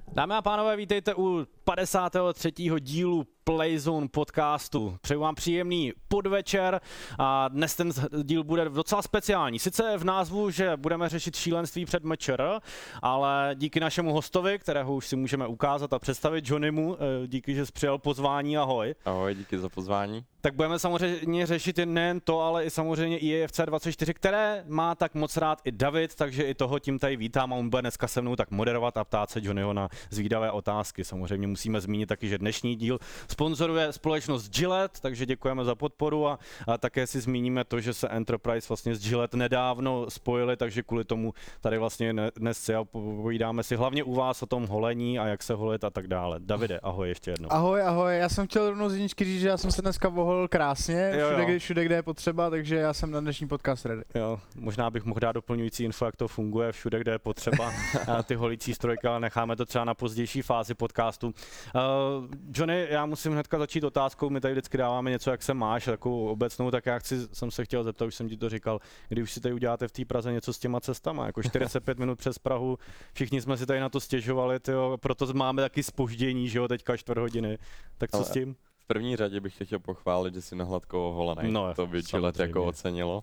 Dámy a pánové, vítejte u 53. dílu Playzone podcastu. Přeju vám příjemný podvečer a dnes ten díl bude docela speciální. Sice v názvu, že budeme řešit šílenství před MČR, ale díky našemu hostovi, kterého už si můžeme ukázat a představit, Johnnymu, díky, že jsi přijal pozvání, ahoj. Ahoj, díky za pozvání. Tak budeme samozřejmě řešit nejen to, ale i samozřejmě IEFC 24, které má tak moc rád i David, takže i toho tím tady vítám a on bude dneska se mnou tak moderovat a ptát se Johnnyho na zvídavé otázky. Samozřejmě musíme zmínit taky, že dnešní díl sponzoruje společnost Gillette, takže děkujeme za podporu a také si zmíníme to, že se Enterprise vlastně s Gillette nedávno spojili, takže kvůli tomu tady vlastně dnes si a povídáme si hlavně u vás o tom holení a jak se holit a tak dále. Davide, ahoj ještě jednou. Ahoj, já jsem chtěl rovnou z jedničky říct, že já jsem se dneska voholil krásně, všude, kde je potřeba, takže já jsem na dnešní podcast ready. Jo, možná bych mohl dát doplňující info, jak to funguje všude, kde je potřeba ty holící strojky, ale necháme to třeba na pozdější fázi podcastu. Johnny, já musím hnedka začít otázkou, my tady vždycky dáváme něco, jak se máš, takovou obecnou, tak já jsem se chtěl zeptat, už jsem ti to říkal, kdy už si tady uděláte v té Praze něco s těma cestama, jako 45 minut přes Prahu, všichni jsme si tady na to stěžovali, tyjo, proto máme taky zpoždění, že jo, teďka 4 hodiny, tak co s tím? V první řadě bych tě chtěl pochválit, že jsi na hladkou holenej, no, to by Gillette jako ocenilo.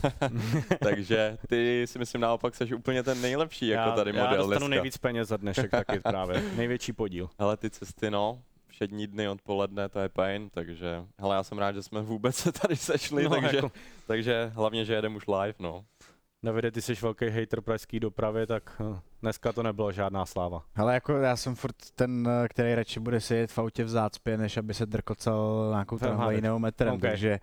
Takže ty si myslím naopak seš úplně ten nejlepší jako tady model. Já dostanu dneska. Nejvíc peněz za dnešek taky právě, největší podíl. Hele, ty cesty všední dny odpoledne, to je pain, takže hele, já jsem rád, že jsme vůbec se tady sešli, takže hlavně, že jedem už live, no. Davide, ty jsi velký hater pražský dopravy, tak dneska to nebylo žádná sláva. Hele, jako já jsem furt ten, který radši bude sedět v autě v zácpě, než aby se drkocal nějakou tramvajnou metrem, okay. Takže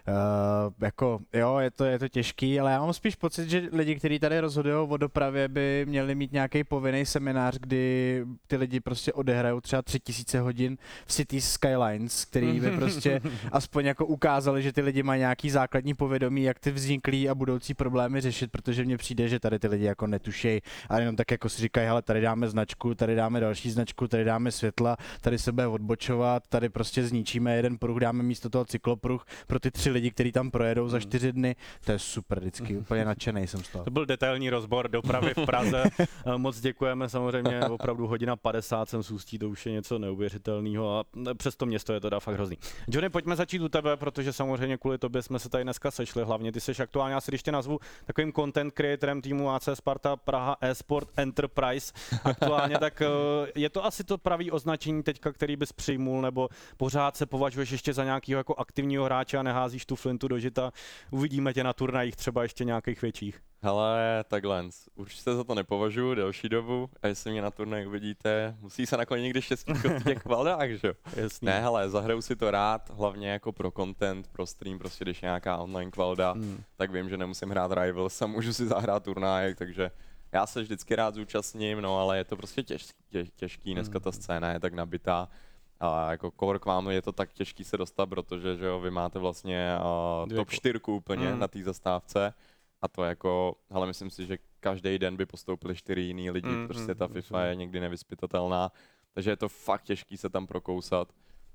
jako jo, je to těžký, ale já mám spíš pocit, že lidi, kteří tady rozhodují o dopravě, by měli mít nějaký povinný seminář, kdy ty lidi prostě odehrajou třeba 3000 hodin v Cities Skylines, který by prostě aspoň jako ukázali, že ty lidi mají nějaký základní povědomí, jak ty vzniklý a budoucí problémy řešit, protože mně přijde, že tady ty lidi jako netušejí a jenom tak jako si říkají, hele, tady dáme značku, tady dáme další značku, tady dáme světla, tady se bude odbočovat, tady prostě zničíme jeden pruh, dáme místo toho cyklopruh pro ty 3 lidi, kteří tam projedou za 4 dny. To je super, vždycky úplně nadšenej jsem z toho. To byl detailní rozbor dopravy v Praze. Moc děkujeme, samozřejmě opravdu 1:50 jsem z Ústí, to už je něco neuvěřitelného a přes to město je to fakt hrozný. Johnny, pojďme začít u tebe, protože samozřejmě kvůli tobě jsme se tady dneska sešli, hlavně ty seš aktuálně, já si ještě nazvu takovým content creatorem týmu AC Sparta Praha eSport Enterprise aktuálně, tak je to asi to pravý označení teďka, který bys přijmul, nebo pořád se považuješ ještě za nějakého jako aktivního hráče a neházíš tu flintu do žita? Uvidíme tě na turnajích třeba ještě nějakých větších. Hele, takhle, už se za to nepovažuji delší dobu a jestli mě na turnaj uvidíte, musí se nakonec někdy štěstit v těch kvaldách, že jo? Jasný. Ne, hele, zahraju si to rád, hlavně jako pro content, pro stream, prostě když je nějaká online kvalda, tak vím, že nemusím hrát Rivals a můžu si zahrát turnajek, takže já se vždycky rád zúčastním, no ale je to prostě těžký, dneska ta scéna je tak nabitá. A jako core k vám je to tak těžký se dostat, protože že jo, vy máte vlastně top 4 úplně na té zastávce. A to jako, hele, myslím si, že každý den by postoupili 4 jiný lidi, prostě ta FIFA je někdy nevyzpytatelná, takže je to fakt těžký se tam prokousat,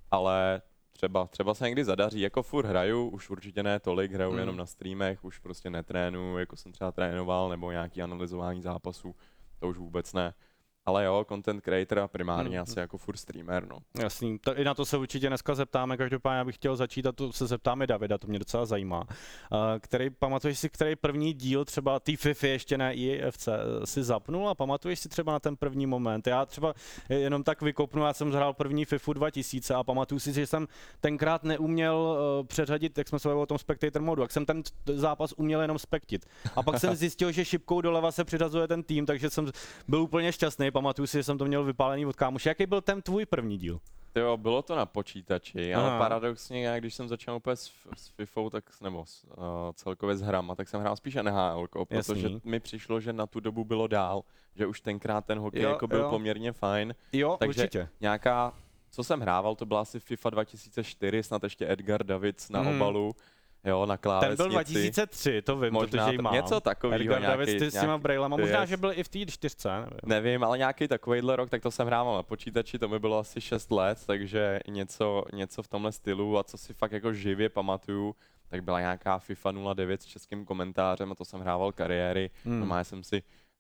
ale třeba se někdy zadaří, jako furt hraju, už určitě ne tolik, hraju jenom na streamech, už prostě netrénuju, jako jsem třeba trénoval, nebo nějaký analyzování zápasů, to už vůbec ne. Ale jo, content creator a primárně asi jako furt streamer, no. Jasný, i na to se určitě dneska zeptáme, každopádně já bych chtěl začít a to se zeptáme Davida, to mě docela zajímá. Pamatuješ si, který první díl třeba té FIFA ještě ne IEFC si zapnul a pamatuješ si třeba na ten první moment? Já třeba jenom tak vykopnu, já jsem zhrál první FIFA 2000 a pamatuju si, že jsem tenkrát neuměl přeřadit, jak jsme se bavili o tom spectator modu, jak jsem ten zápas uměl jenom spektit. A pak jsem zjistil, že šipkou doleva se přiřazuje ten tým, takže jsem byl úplně šťastný. Pamatuju si, že jsem to měl vypálený od kámoše. Jaký byl ten tvůj první díl? Jo, bylo to na počítači, ale paradoxně, já když jsem začal úplně s FIFou, nebo celkově s hrama, tak jsem hrál spíš NHL, protože mi přišlo, že na tu dobu bylo dál, že už tenkrát ten hokej jako byl poměrně fajn. Jo, takže určitě. Nějaká, co jsem hrával, to byla asi FIFA 2004, snad ještě Edgar Davids na obalu. Jo, na klávesnici. Ten byl 2003, to vím, možná protože ji mám. Něco takového. Edgar Davids s těma brailama, možná, že byl i v té 4, nevím, ale nějaký takovýhle rok, tak to jsem hrával na počítači, to mi bylo asi 6 let, takže něco v tomhle stylu a co si fakt jako živě pamatuju, tak byla nějaká FIFA 09 s českým komentářem a to jsem hrával kariéry. Normálně jsem si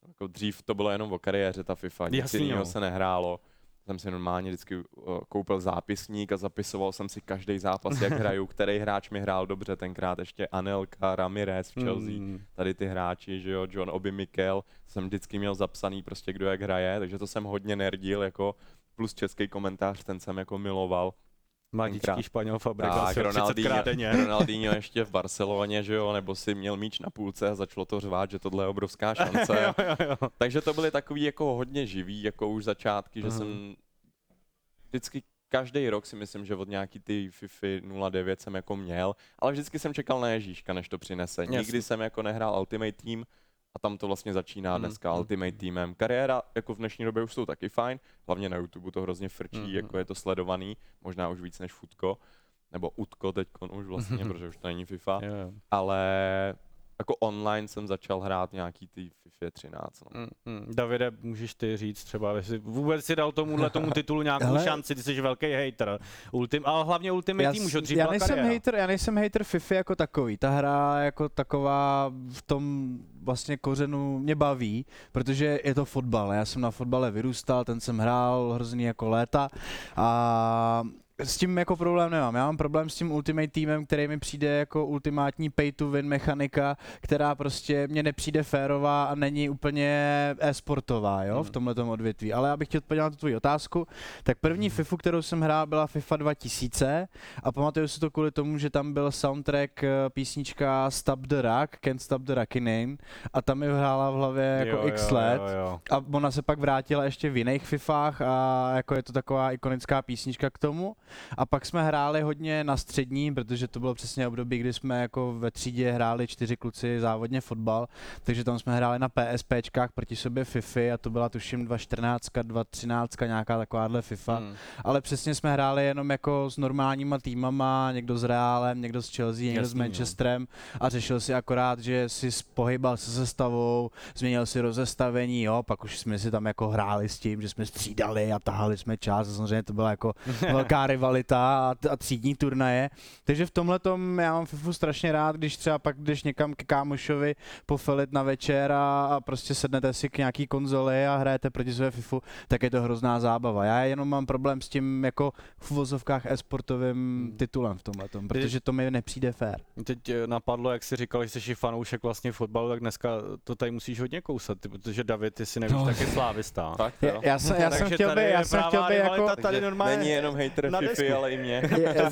Jako dřív to bylo jenom o kariéře, ta FIFA, nic Jasný, jiného no. se nehrálo. Jsem si normálně vždycky koupil zápisník a zapisoval jsem si každý zápas, jak hraju, který hráč mi hrál dobře, tenkrát ještě Anelka, Ramirez v Chelsea, tady ty hráči, že jo, John Obi Mikel, jsem vždycky měl zapsaný prostě kdo jak hraje, takže to jsem hodně nerdil, jako plus český komentář, ten jsem jako miloval. Mladíčký Španěl Fabregas, Tak, 30krát denně. Ronaldinho ještě v Barceloně, že jo, nebo si měl míč na půlce a začalo to řvát, že tohle je obrovská šance. jo. Takže to byly takový jako hodně živý, jako už začátky, že jsem vždycky každý rok si myslím, že od nějaký ty FIFA 09 jsem jako měl, ale vždycky jsem čekal na Ježíška, než to přinese. Jasně. Nikdy jsem jako nehrál Ultimate Team a tam to vlastně začíná dneska Ultimate Teamem. Kariéra jako v dnešní době už jsou taky fajn, hlavně na YouTube to hrozně frčí, jako je to sledovaný, možná už víc než Futko, nebo Utko teďkon už vlastně, protože už to není FIFA, ale jako online jsem začal hrát nějaký ty FIFA 13. No. Davide, můžeš ty říct třeba, jestli vůbec si dal tomu titulu nějakou šanci, ty jsi velký hater, ale hlavně Ultimate Team už od dřív byla kariéra. Já nejsem hater FIFA jako takový, ta hra jako taková v tom vlastně kořenu mě baví, protože je to fotbal, já jsem na fotbale vyrůstal, ten jsem hrál hrozný jako léta a s tím jako problém nemám. Já mám problém s tím Ultimate Teamem, který mi přijde jako ultimátní pay to win mechanika, která prostě mně nepřijde férová a není úplně e-sportová, jo, v tomhletom odvětví. Ale já bych chtěl odpovědět na tu tvoji otázku. Tak první FIFU, kterou jsem hrál, byla FIFA 2000 a pamatuju si to kvůli tomu, že tam byl soundtrack písnička Stop the Rock, Can't Stop the Rockin' a tam mi hrála v hlavě jako x let. A ona se pak vrátila ještě v jiných FIFách a jako je to taková ikonická písnička k tomu. A pak jsme hráli hodně na střední, protože to bylo přesně období, kdy jsme jako ve třídě hráli 4 kluci závodně fotbal, takže tam jsme hráli na PSPčkách proti sobě FIFA a to byla tuším 2014, 2013, nějaká takováhle FIFA. Ale přesně jsme hráli jenom jako s normálníma týmama, někdo s Realem, někdo s Chelsea, někdo s Manchesterem a řešil si akorát, že si pohybal se sestavou, změnil si rozestavení, jo, pak už jsme si tam jako hráli s tím, že jsme střídali a tahali jsme čas a samozřejmě to byla jako velká rivalita a třídní turnaje. Takže v tomhletom já mám FIFU strašně rád, když třeba pak jdeš někam k kámošovi pofelit na večer a prostě sednete si k nějaký konzoli a hrajete proti své FIFU, tak je to hrozná zábava. Já jenom mám problém s tím jako v uvozovkách e-sportovým titulem v tomhletom, protože to mi nepřijde fér. Teď napadlo, jak jsi říkal, že jsi fanoušek vlastně fotbalu, tak dneska to tady musíš hodně kousat, protože David, ty si nevíš, taky slávista. Tak, já jsem chtěl být jako... Tady normálně není jenom hater FIFA, ale i mě.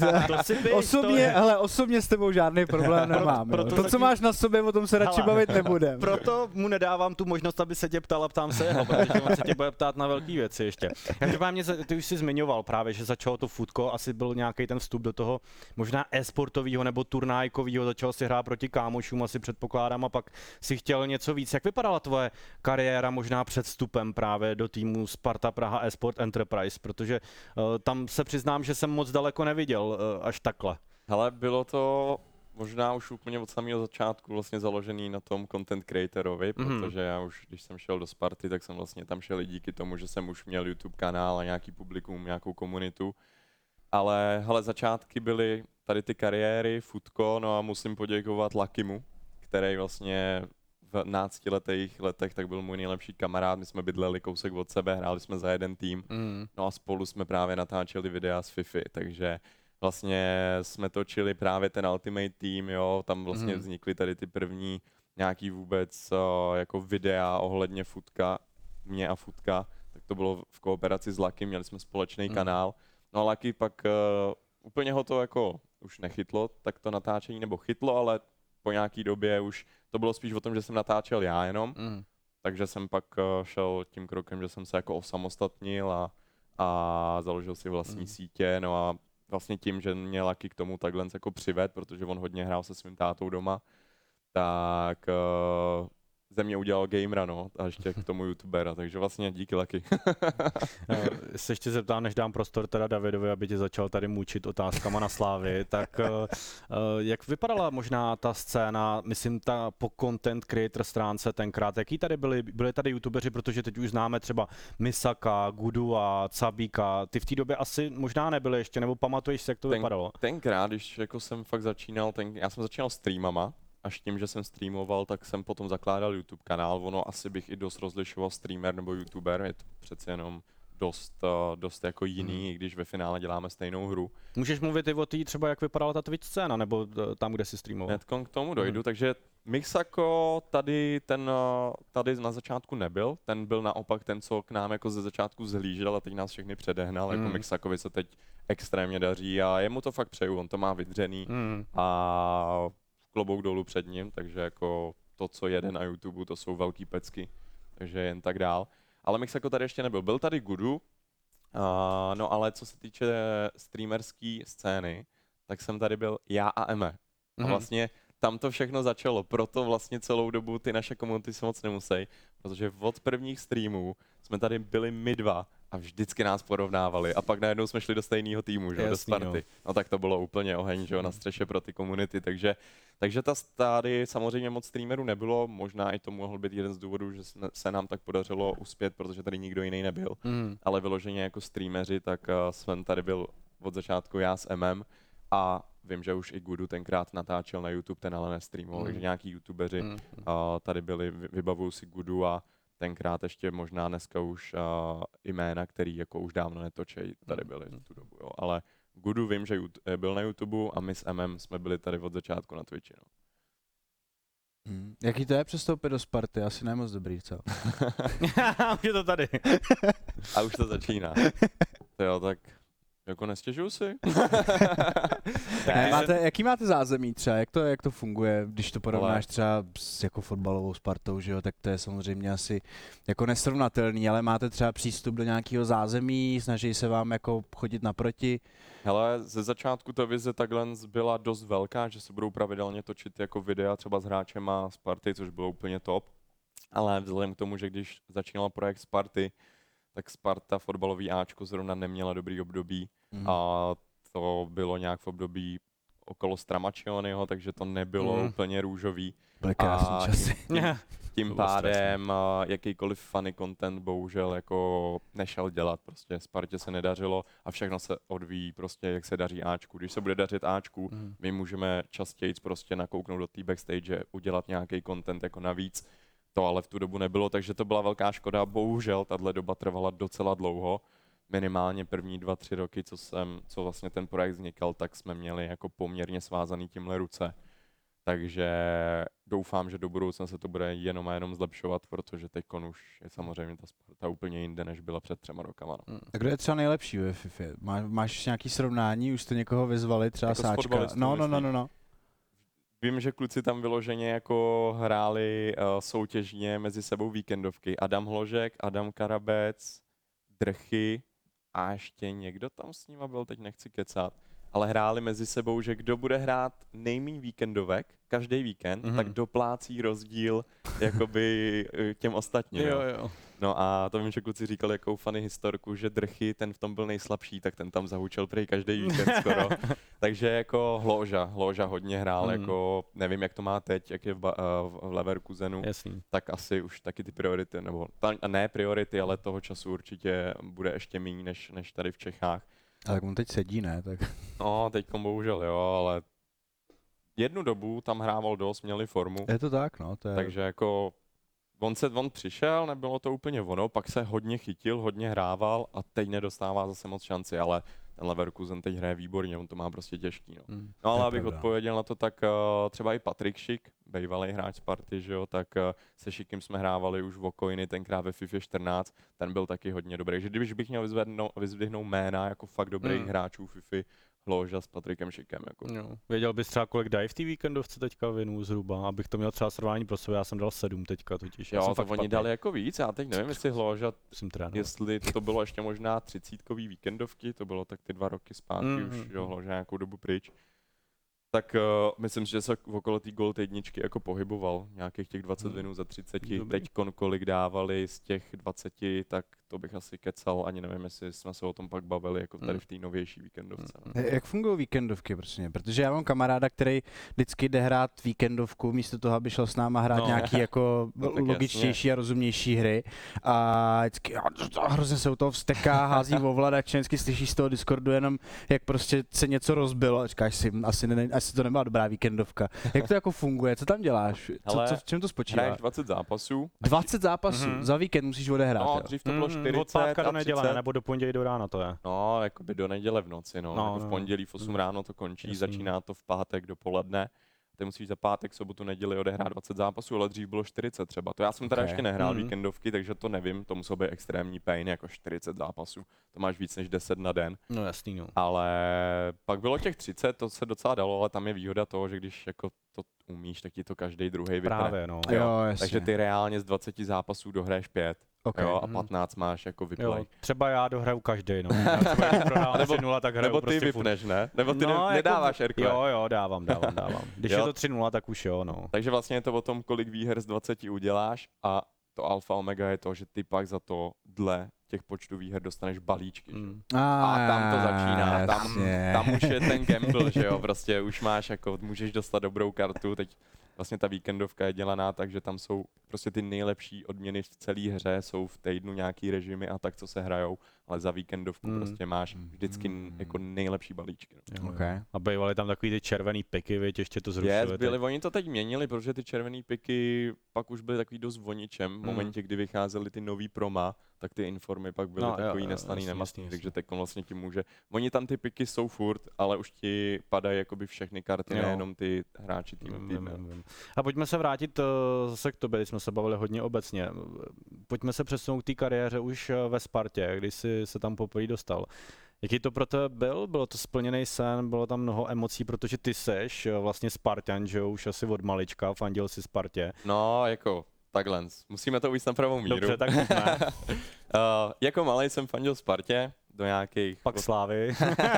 Osobně s tebou žádný problém nemám. To, co máš na sobě, o tom se radši bavit nebudem. Proto mu nedávám tu možnost, aby se tě ptal a ptám se jeho, protože on se tě bude ptát na velké věci ještě. Každopádně ty už jsi zmiňoval právě, že začalo to Futko, asi byl nějaký ten vstup do toho možná e-sportového nebo turnájkového, začal si hrát proti kámošům, asi předpokládám, a pak si chtěl něco víc. Jak vypadala tvoje kariéra možná před vstupem právě do týmu Sparta Praha eSport Enterprise, protože tam se přiznám, že jsem moc daleko neviděl až takhle. Hele, bylo to možná už úplně od samého začátku vlastně založený na tom content creatorovi, protože já už, když jsem šel do Sparty, tak jsem vlastně tam šel i díky tomu, že jsem už měl YouTube kanál a nějaký publikum, nějakou komunitu. Ale hele, začátky byly tady ty kariéry, Futko, no a musím poděkovat Luckymu, který vlastně v 12letých letech tak byl můj nejlepší kamarád, my jsme bydleli kousek od sebe, hráli jsme za jeden tým, no a spolu jsme právě natáčeli videa z FIFA, takže vlastně jsme točili právě ten Ultimate Team, jo, tam vlastně vznikly tady ty první nějaký vůbec jako videa ohledně Futka, mě a Futka, tak to bylo v kooperaci s Lucky, měli jsme společný kanál, no a Lucky pak úplně ho to jako už nechytlo, tak to natáčení, nebo chytlo, ale po nějaký době už to bylo spíš o tom, že jsem natáčel já jenom, takže jsem pak šel tím krokem, že jsem se jako osamostatnil a založil si vlastní sítě, no a vlastně tím, že mě Lucky k tomu takhle jako přived, protože on hodně hrál se svým tátou doma, tak ze mě udělal gamera, no, a ještě k tomu youtubera, takže vlastně díky Lucky. Se ještě zeptám, než dám prostor teda Davidovi, aby tě začal tady mučit otázkama na slávy, tak jak vypadala možná ta scéna, myslím ta po content creator stránce tenkrát, jaký tady byli tady youtubeři, protože teď už známe třeba Misaka, Gudua, Cabíka, ty v té době asi možná nebyly ještě, nebo pamatuješ si, jak to vypadalo? Tenkrát, když jako jsem fakt začínal, já jsem začínal streamama, až tím, že jsem streamoval, tak jsem potom zakládal YouTube kanál. Ono asi bych i dost rozlišoval streamer nebo YouTuber, je to přece jenom dost jako jiný, i když ve finále děláme stejnou hru. Můžeš mluvit i o té třeba, jak vypadala ta Twitch scéna, nebo tam, kde jsi streamoval? Hnedkom k tomu dojdu, takže Mixako tady na začátku nebyl, ten byl naopak ten, co k nám jako ze začátku zhlížel a teď nás všechny předehnal, jako Mixakovi se teď extrémně daří a jemu to fakt přeju, on to má vydřený a klobouk dolů před ním, takže jako to, co jede na YouTube, to jsou velký pecky, takže jen tak dál. Ale Mixako tady ještě nebyl, byl tady Gudu, no ale co se týče streamerské scény, tak jsem tady byl já a Eme. A vlastně tam to všechno začalo, proto vlastně celou dobu ty naše komunity se moc nemusí, protože od prvních streamů jsme tady byli my dva a vždycky nás porovnávali a pak najednou jsme šli do stejného týmu, že, do Sparty. No tak to bylo úplně oheň, že na střeše pro ty komunity, takže tady samozřejmě moc streamerů nebylo, možná i to mohl být jeden z důvodů, že se nám tak podařilo uspět, protože tady nikdo jiný nebyl, ale vyloženě jako streameři, tak jsem tady byl od začátku já s MM a vím, že už i Gudu tenkrát natáčel na YouTube, ten ale nestreamoval, takže nějaký youtubeři tady byli, vybavuju si Gudu a tenkrát ještě možná dneska už jména, který jako už dávno netočej, tady byli v tu dobu, jo. Ale Gudu vím, že byl na YouTube a my s MM jsme byli tady od začátku na Twitchi, no. Jaký to je přestoupit do Sparty? Asi ne moc dobrý, co? Už je to tady. A už to začíná. To jo, tak jako nestěžuju si. Jaký máte zázemí třeba? Jak to funguje, když to porovnáš třeba s jako fotbalovou Spartou, že jo? Tak to je samozřejmě asi jako nesrovnatelný, ale máte třeba přístup do nějakého zázemí, snaží se vám jako chodit naproti? Hele, ze začátku ta vize takhle byla dost velká, že se budou pravidelně točit jako videa třeba s hráčema Sparty, což bylo úplně top. Ale vzhledem k tomu, že když začínal projekt Sparty, tak Sparta fotbalový Ačko zrovna neměla dobrý období a to bylo nějak v období okolo Stramačionyho, takže to nebylo úplně růžový. Byly krásný časy. Tím pádem jakýkoliv funny content bohužel jako nešel dělat, prostě Spartě se nedařilo a všechno se odvíjí prostě, jak se daří Ačku. Když se bude dařit Ačku, my můžeme častěji prostě nakouknout do té backstage, udělat nějaký content jako navíc. To ale v tu dobu nebylo, takže to byla velká škoda. Bohužel tahle doba trvala docela dlouho. Minimálně první 2-3 roky, co vlastně ten projekt vznikal, tak jsme měli jako poměrně svázaný tímhle ruce. Takže doufám, že do budoucna se to bude jenom a jenom zlepšovat, protože teď už je samozřejmě ta Sparta úplně jinde, než byla před 3 rokama. No. A kdo je třeba nejlepší ve FIFA? Máš nějaký srovnání? Už jste někoho vyzvali, třeba jako Sáčka? No. Vím, že kluci tam vyloženě jako hráli soutěžně mezi sebou víkendovky. Adam Hložek, Adam Karabec, Drchy a ještě někdo tam s nima byl, teď nechci kecat. Ale hráli mezi sebou, že kdo bude hrát nejméně víkendovek, každý víkend, tak doplácí rozdíl jakoby těm ostatním. Jo. No a to vím, že kluci říkali jakou funny historku, že Drchy, ten v tom byl nejslabší, tak ten tam zahučel prej každý víkend skoro. Takže jako Hloža hodně hrál, jako nevím, jak to má teď, jak je v Leverkusenu, tak asi už taky ty priority, nebo ne priority, ale toho času určitě bude ještě méně než tady v Čechách. Ale on teď sedí, ne? Tak... No, teďkom bohužel jo, ale jednu dobu tam hrával dost, měli formu. Je to tak, no. To je... Takže jako on přišel, nebylo to úplně ono, pak se hodně chytil, hodně hrával a teď nedostává zase moc šanci, ale ten Leverkusen teď hraje výborně, on to má prostě těžký. No ale abych odpověděl na to, tak třeba i Patrik Šik, bývalý hráč Sparty, že jo, tak se Šikem jsme hrávali už v coiny tenkrát ve FIFA 14, ten byl taky hodně dobrý. Že když bych měl vyzdvihnout jména jako fakt dobrých hráčů FIFA, Hloža s Patrikem Šikem. Jako. Jo. Věděl bys třeba, kolik dají v té víkendovce teďka vinu zhruba, abych to měl třeba srovnání pro sebe, já jsem dal 7 teďka totiž. Jo, to oni dali jako víc, já teď nevím, jestli Hloža, jestli to bylo ještě možná 30kový víkendovky, to bylo tak ty 2 roky zpátky, už jo, Hloža nějakou dobu pryč. Tak myslím si, že se okolo té Gold jedničky jako pohyboval, nějakých těch 20 vinů za 30, teď kolik dávali z těch 20, tak to bych asi kecal, ani nevím, jestli jsme se o tom pak bavili, jako tady v té novější víkendovce. No. Jak fungují víkendovky, prostě? Protože já mám kamaráda, který vždycky jde hrát víkendovku, místo toho, aby šel s náma hrát nějaký jako logičtější a rozumnější hry. A vždycky hrozně se u toho vzteká, hází ovladače, vždycky slyší z toho Discordu jenom, jak prostě se něco rozbilo. A říkáš si, asi to nebyla dobrá víkendovka. Jak to jako funguje? Co tam děláš? V čem to spočívá? Hraješ 20 zápasů. 20 zápasů? Za víkend musíš odehrát. No, dřív to bylo 40 od pátka do a neděle, 30. nebo do pondělí do rána to je. No, jakoby do neděle v noci, no. Jako v pondělí v 8 ráno to končí, Jasný. začíná to v pátek dopoledne. Ty musíš za pátek, sobotu, neděli odehrát 20 zápasů, ale dřív bylo 40 třeba. To já jsem teda ještě nehrál víkendovky, takže to nevím, to muselo být extrémní pain, jako 40 zápasů. To máš víc než 10 na den. No jasný, no. Ale pak bylo těch 30, to se docela dalo, ale tam je výhoda toho, že když jako to umíš, tak ti to každý druhý vypne. Právě, no. Jo, jasně. Takže ty reálně z 20 zápasů dohraješ 5. Okay. Jo, a 15 máš jako vyplay. Jo, třeba já dohraju každý, no. Já třeba když prodám 3-0, tak hraju Nebo ty prostě vypneš, ne? Nebo ty no, nedáváš jako, Airquake. Jo, dávám. Když je to 3-0, tak už jo, no. Takže vlastně je to o tom, kolik výher z 20 uděláš a to alfa omega je to, že ty pak za to dle těch počtů výher dostaneš balíčky. A tam to začíná, tam už je ten gamble, že jo, prostě už máš jako, můžeš dostat dobrou kartu, teď vlastně ta víkendovka je dělaná tak, že tam jsou prostě ty nejlepší odměny v celé hře, jsou v týdnu nějaký režimy a tak, co se hrajou, ale za víkendovku prostě máš vždycky jako nejlepší balíčky. No. Okay. A bývaly tam takový ty červený piky, viď, ještě to zrušili. Oni to teď měnili, protože ty červený piky pak už byly takový dost voničem. V momentě, kdy vycházely ty nový proma, tak ty informy pak byly takový neslaný, nemastný, takže teď vlastně ti může. Oni tam ty piky jsou furt, ale už ti padají jakoby všechny karty, nejenom ty hráči týmu. A pojďme se vrátit zase k tobě, když jsme se bavili hodně obecně. Pojďme se přesunout k té kariéře už ve Spartě, když jsi se tam poprvé dostal. Jaký to pro tebe byl? Bylo to splněný sen, bylo tam mnoho emocí, protože ty seš vlastně Spartan, že už asi od malička, fandil si Spartě. No, jako takhle, musíme to ujít na pravou míru. Dobře, tak pojďme. Jako malej jsem fandil Spartě, do nějakých... Pak Slávy.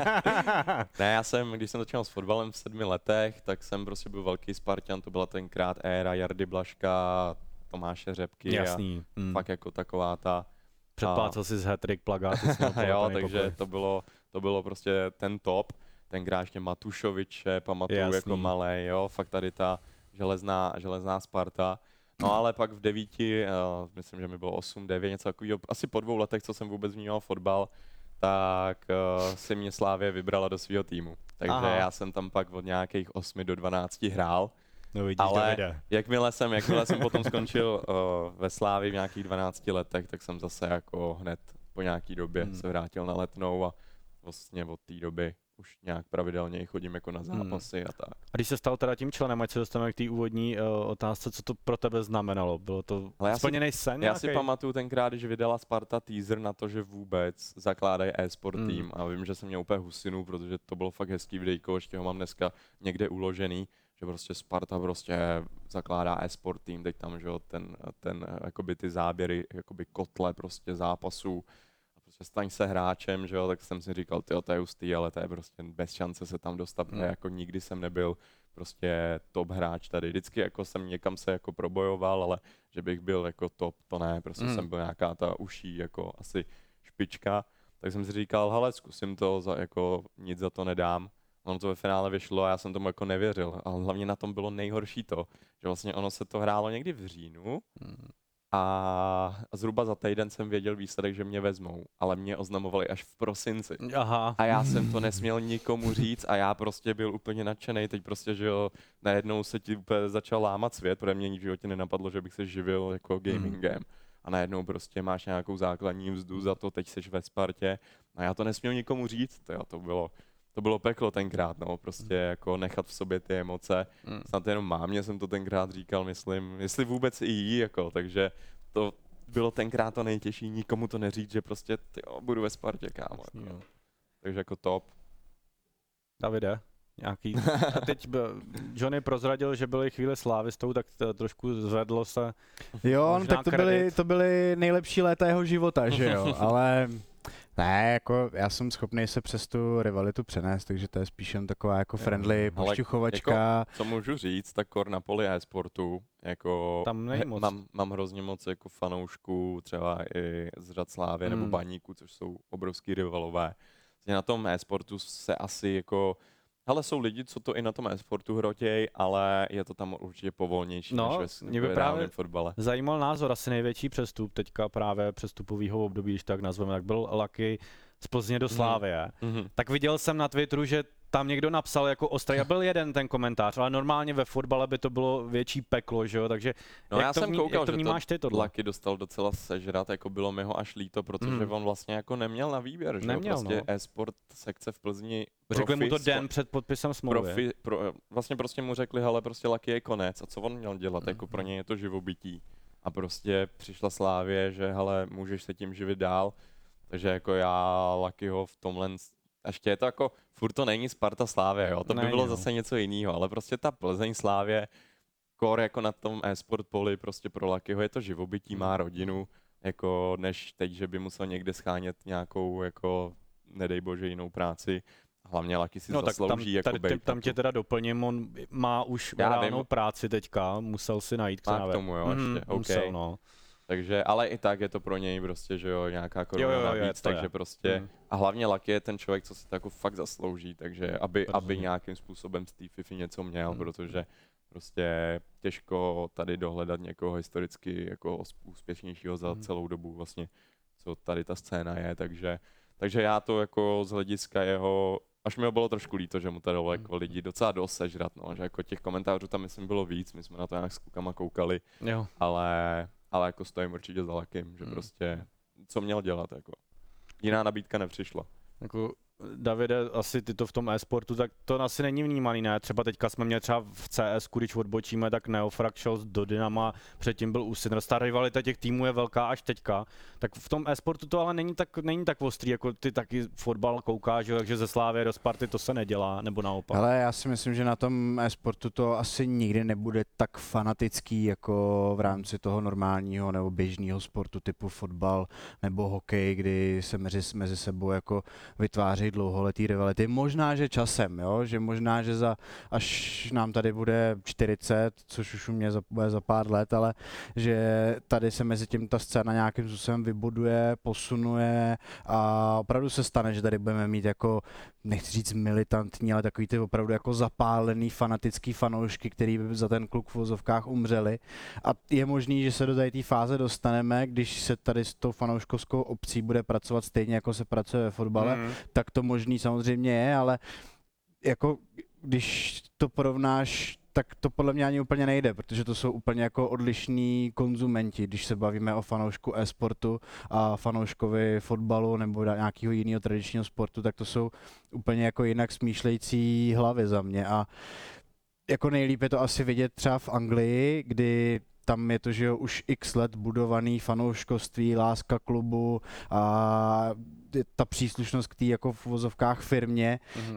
Ne, když jsem začal s fotbalem v 7 letech, tak jsem prostě byl velký Spartan, to byla tenkrát éra Jardy Blažka, Tomáše Řepky. Jasný. A fakt jako taková ta... Předplácel si z hat-trick plagáty. Jo, takže to bylo prostě ten top. Tenkrát ještě Matušoviče, pamatuju jako malej, jo, fakt tady ta železná Sparta. No ale pak v 9, myslím, že mi bylo 8, 9, něco takového, asi po 2 letech, co jsem vůbec vnímal fotbal, tak si mě Slávě vybrala do svého týmu. Takže já jsem tam pak od nějakých 8 do 12 hrál. No vidíš, ale Davide. jakmile jsem potom skončil ve Slávii v nějakých 12 letech, tak jsem zase jako hned po nějaký době se vrátil na Letnou a vlastně od té doby už nějak pravidelně chodím jako na zápasy a tak. A když se stal teda tím členem, ať se dostaneme k té úvodní otázce, co to pro tebe znamenalo? Bylo to splněný sen? Já si pamatuju tenkrát, když vydala Sparta teaser na to, že vůbec zakládají e-sport tým a vím, že jsem měl úplně husinu, protože to bylo fakt hezký videjko, ještě ho mám dneska někde uložený, že prostě Sparta prostě zakládá e-sport tým, teď tam, že jo, ten jakoby ty záběry, jakoby kotle prostě zápasů, prostě staň se hráčem, že jo, tak jsem si říkal, tyjo, to je hustý, ale to je prostě bez šance se tam dostat, jako nikdy jsem nebyl prostě top hráč tady, vždycky jako jsem někam se jako probojoval, ale že bych byl jako top, to ne, prostě jsem byl nějaká ta uší jako asi špička, tak jsem si říkal, hele, zkusím to, jako nic za to nedám. Ono to ve finále vyšlo a já jsem tomu jako nevěřil. A hlavně na tom bylo nejhorší to, že vlastně ono se to hrálo někdy v říjnu a zhruba za týden jsem věděl výsledek, že mě vezmou, ale mě oznamovali až v prosinci. Aha. A já jsem to nesměl nikomu říct a já prostě byl úplně nadšenej. Teď prostě, že jo, najednou se ti úplně začal lámat svět, protože mě v životě nenapadlo, že bych se živil jako gamingem. A najednou prostě máš nějakou základní mzdu za to, teď seš ve Spartě a já to nesměl nikomu říct, to bylo peklo tenkrát, no, prostě jako nechat v sobě ty emoce. Snad jenom mámě jsem to tenkrát říkal, myslím, jestli vůbec i jí, jako, takže to bylo tenkrát to nejtěžší, nikomu to neříct, že prostě, tyjo, budu ve Spartě, kámo. Jako. Takže jako top. Davide, nějaký... A teď Johnny prozradil, že byly chvíle slávistou, tak trošku zvedlo se. Jo, no, tak to byly nejlepší léta jeho života, že jo, ale... Ne, jako já jsem schopný se přes tu rivalitu přenést, takže to je spíš jen taková jako friendly Ale pošťuchovačka. Jako, co můžu říct, tak kor na poli e-sportu, jako Tam není moc. mám hrozně moc jako fanoušků, třeba i z řad Slávy nebo Baníku, což jsou obrovský rivalové. Na tom e-sportu se asi jako, hele, jsou lidi, co to i na tom e-sportu hrotěj, ale je to tam určitě povolnější než mě by v právě reálném fotbale. zajímal názor, asi největší přestup teďka právě přestupovýho období, když tak nazveme, tak byl Lucky z Plzně do Slávie. Tak viděl jsem na Twitteru, že tam někdo napsal jako ostrý, a byl jeden ten komentář, ale normálně ve fotbale by to bylo větší peklo, že jo, takže no já jsem koukal, jak to vnímáš ty tohle? Lucky dostal docela sežrat, jako bylo mi ho až líto, protože on vlastně jako neměl na výběr, že neměl, jo, prostě e-sport sekce v Plzni. Řekli mu to den před podpisem smlouvy. Vlastně prostě mu řekli, hele, prostě Lucky je konec a co on měl dělat, jako pro něj je to živobytí. A prostě přišla Slávě, že hele, můžeš se tím živit dál, takže jako já Luckyho v tomhle, ještě je to jako, furt to není Sparta Slávě, jo, to by bylo zase něco jiného, ale prostě ta Plzeň Slávě, core jako na tom e-sport poli, prostě pro Luckyho je to živobytí, má rodinu, jako než teď, že by musel někde schánět nějakou, jako nedej bože, jinou práci. Hlavně Lucky si zaslouží jako bejt. Tam tě teda doplním, on má už reálnou práci teďka, musel si najít k tomu, jo, ještě, musel, no. Takže, ale i tak je to pro něj prostě, že jo, nějaká koruna navíc, takže prostě, a hlavně Lucky je ten člověk, co si to jako fakt zaslouží, takže aby nějakým způsobem z té FIFA něco měl, protože prostě těžko tady dohledat někoho historicky jako úspěšnějšího za celou dobu vlastně, co tady ta scéna je, takže já to jako z hlediska jeho, až mi bylo trošku líto, že mu tady jako lidi docela dost sežrat, no, že jako těch komentářů tam myslím bylo víc, my jsme na to nějak s klukama koukali, ale jako stojím určitě za Luckym, že prostě co měl dělat, jako. Jiná nabídka nepřišla. Jako, Davide, asi ty to v tom e-sportu, tak to asi není vnímaný, ne? Třeba teďka jsme měli třeba v CS, když odbočíme, tak Neofrak šel do Dynama, předtím byl u Sinners. Ta rivalita těch týmů je velká až teďka. Tak v tom e-sportu to ale není tak ostrý, jako ty taky fotbal koukáš, takže ze Slávy do Sparty to se nedělá, nebo naopak. Ale já si myslím, že na tom e-sportu to asi nikdy nebude tak fanatický, jako v rámci toho normálního nebo běžného sportu typu fotbal nebo hokej, kdy se mezi sebou jako vytváří dlouholetý rivality. Možná, že časem, jo? Že možná, že až nám tady bude 40, což už u mě bude za pár let, ale že tady se mezi tím ta scéna nějakým způsobem vybuduje, posunuje a opravdu se stane, že tady budeme mít jako, nechci říct militantní, ale takový ty opravdu jako zapálený fanatický fanoušky, který by za ten kluk v vozovkách umřeli. A je možný, že se do té fáze dostaneme, když se tady s tou fanouškovskou obcí bude pracovat stejně, jako se pracuje ve fotbale, tak to možný samozřejmě je, ale jako když to porovnáš, tak to podle mě ani úplně nejde, protože to jsou úplně jako odlišní konzumenti, když se bavíme o fanoušku e-sportu a fanouškovi fotbalu nebo nějakého jiného tradičního sportu, tak to jsou úplně jako jinak smýšlející hlavy za mě a jako nejlíp je to asi vidět třeba v Anglii, kdy tam je to, že jo, už x let budovaný fanouškovství, láska klubu a ta příslušnost k té jako v uvozovkách firmě,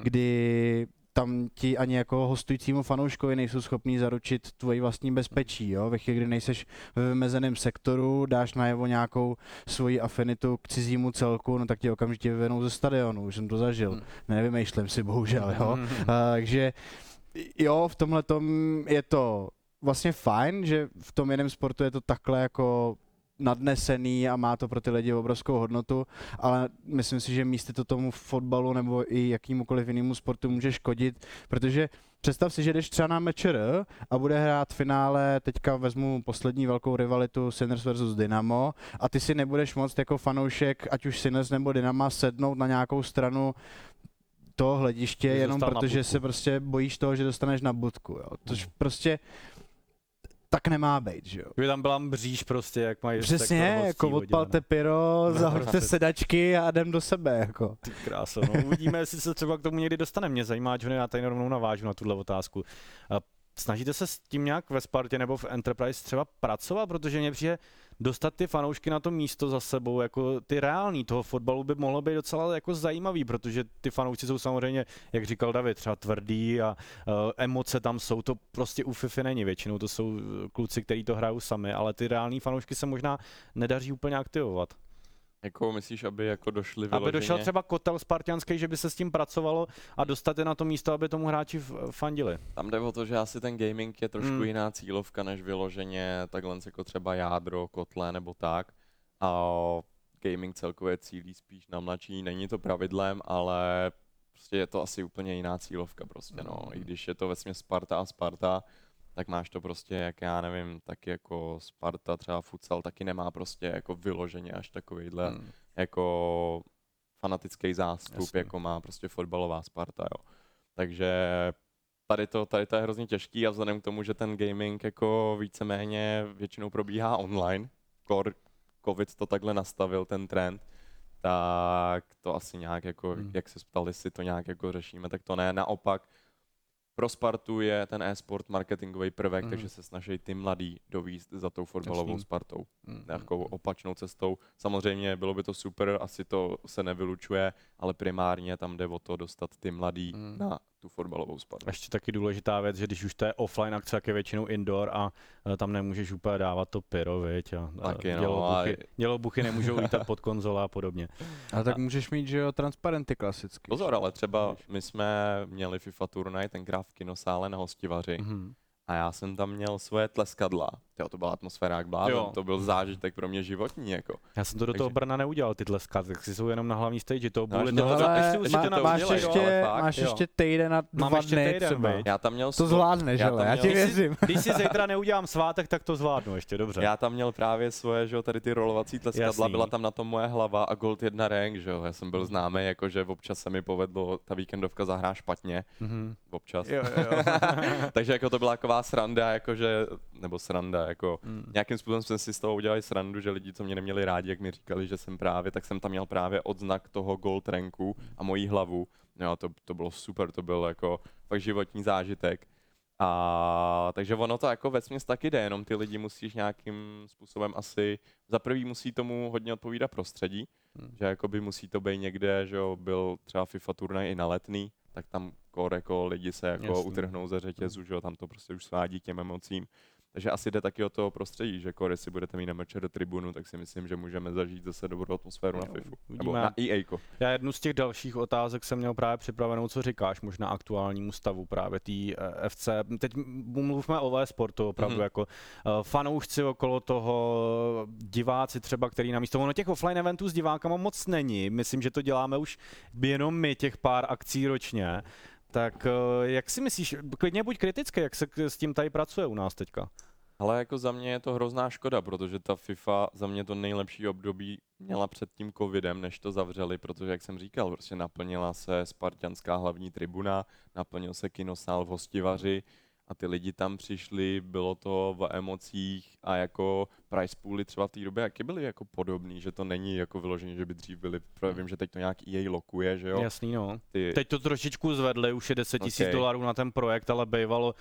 kdy tam ti ani jako hostujícímu fanouškovi nejsou schopní zaručit tvoji vlastní bezpečí, jo? Ve chvíli, kdy nejseš ve vymezeném sektoru, dáš najevo nějakou svoji afinitu k cizímu celku, no tak tě okamžitě vyvenou ze stadionu, už jsem to zažil, nevymýšlím si bohužel, jo? Takže jo, v tomhletom je to vlastně fajn, že v tom jiném sportu je to takhle jako nadnesený a má to pro ty lidi obrovskou hodnotu, ale myslím si, že místy to tomu fotbalu nebo i jakýmukoliv jinému sportu může škodit, protože představ si, že jdeš třeba na Mečer a bude hrát finále, teďka vezmu poslední velkou rivalitu Sinners versus Dynamo a ty si nebudeš moct jako fanoušek, ať už Sinners nebo Dynama, sednout na nějakou stranu toho hlediště, jenom protože se prostě bojíš toho, že dostaneš na budku, jo. Tož prostě tak nemá být, že jo. Kdyby tam byla mříž prostě, jak mají. Přesně, jako odpalte pyro, zahoďte sedačky a jdem do sebe, jako. Ty kráso, no uvidíme, jestli se třeba k tomu někdy dostane. Mě zajímá, že já tady rovnou navážu na tuhle otázku. Snažíte se s tím nějak ve Spartě nebo v Enterprise třeba pracovat, protože mě přijde dostat ty fanoušky na to místo za sebou, jako ty reální toho fotbalu by mohlo být docela jako zajímavý, protože ty fanoušci jsou samozřejmě, jak říkal David, třeba tvrdý a emoce tam jsou, to prostě u FIFA není většinou, to jsou kluci, kteří to hrajou sami, ale ty reální fanoušky se možná nedaří úplně aktivovat. Jako myslíš, aby jako došli Aby vyloženě? došel třeba kotel spartianský, že by se s tím pracovalo a dostat je na to místo, aby tomu hráči fandili. Tam jde o to, že asi ten gaming je trošku jiná cílovka, než vyloženě takhle jako třeba jádro, kotle nebo tak. A gaming celkově cílí spíš na mladší, není to pravidlem, ale prostě je to asi úplně jiná cílovka prostě, no. I když je to vesměs Sparta a Sparta, tak máš to prostě, jak já nevím, taky jako Sparta, třeba futsal, taky nemá prostě jako vyloženě až takovýhle jako fanatický zástup, Jasně. jako má prostě fotbalová Sparta, jo. Takže tady to je hrozně těžký a vzhledem k tomu, že ten gaming jako víceméně většinou probíhá online, covid to takhle nastavil, ten trend, tak to asi nějak jako, jak se ptali, jestli to nějak jako řešíme, tak to ne. Naopak, pro Spartu je ten e-sport marketingový prvek, takže se snaží ty mladí dovízt za tou fotbalovou Spartou. Nějakou opačnou cestou. Samozřejmě bylo by to super, asi to se nevylučuje, ale primárně tam jde o to dostat ty mladí na tu fotbalovou Spartu. Ještě taky důležitá věc, že když už to je offline akce, tak je většinou indoor a tam nemůžeš úplně dávat to pyro, viď? Taky, no, dělobuchy nemůžou lítat pod konzole a podobně. A tak můžeš mít, že jo, transparenty klasicky. Pozor, ale třeba my jsme měli FIFA turnaj, tenkrát v kinosále na Hostivaři. A já jsem tam měl svoje tleskadla. To byla atmosféra jak blázen, to byl zážitek pro mě životní. Jako. Já jsem to do toho Brna neudělal, ty tleskadla, tak si jsou jenom na hlavní stage, to No, máš ještě týden na 2 dny třeba. Já tam měl to zvládneš, ale já ti věřím. Když si zítra neudělám svátek, tak to zvládnu ještě, dobře. Já tam měl právě svoje, že jo, tady ty rolovací tleskadla, byla tam na tom moje hlava a Gold 1 rank, že jo. Já jsem byl známý, jako že občas se mi povedlo ta víkendovka zahrát špatně. Občas. Jo. Takže jako to byla taková sranda, jakože, nebo sranda, jako nějakým způsobem jsme si z toho udělali srandu, že lidi, co mě neměli rádi, jak mi říkali, že jsem právě, tak jsem tam měl právě odznak toho Gold ranku a moji hlavu. No, to bylo super, to byl jako fakt životní zážitek. A takže ono to jako vesměs taky jde, jenom ty lidi musíš nějakým způsobem asi, za prvý musí tomu hodně odpovídat prostředí, že jakoby musí to být někde, že jo, byl třeba FIFA turnaj i na Letný, tak tam jako lidi se jako utrhnou ze řetězu, že jo, tam to prostě už svádí těm emocím. Takže asi jde taky o toho prostředí, že jestli budete mít na meče do tribunu, tak si myslím, že můžeme zažít zase dobrou atmosféru na FIFA. Nebo na EA-ko. Já jednu z těch dalších otázek jsem měl právě připravenou, co říkáš, možná aktuálnímu stavu právě té FC. Teď mluvíme o e-sportu opravdu, jako fanoušci okolo toho, diváci třeba, který na místo. Ono těch offline eventů s divákama moc není. Myslím, že to děláme už jenom my, těch pár akcí ročně. Tak jak si myslíš, klidně buď kritický, jak se s tím tady pracuje u nás teďka? Ale jako za mě je to hrozná škoda, protože ta FIFA za mě to nejlepší období měla před tím covidem, než to zavřeli, protože jak jsem říkal, prostě naplnila se spartianská hlavní tribuna, naplnil se kinosál v Hostivaři a ty lidi tam přišli, bylo to v emocích a jako price pooly třeba v té době, jaké byly jako podobný, že to není jako vyloženě, že by dřív byly, protože vím, že teď to nějak EA lokuje, že jo? Jasný, no. Teď to trošičku zvedli, už je $10,000 na ten projekt, ale bývalo,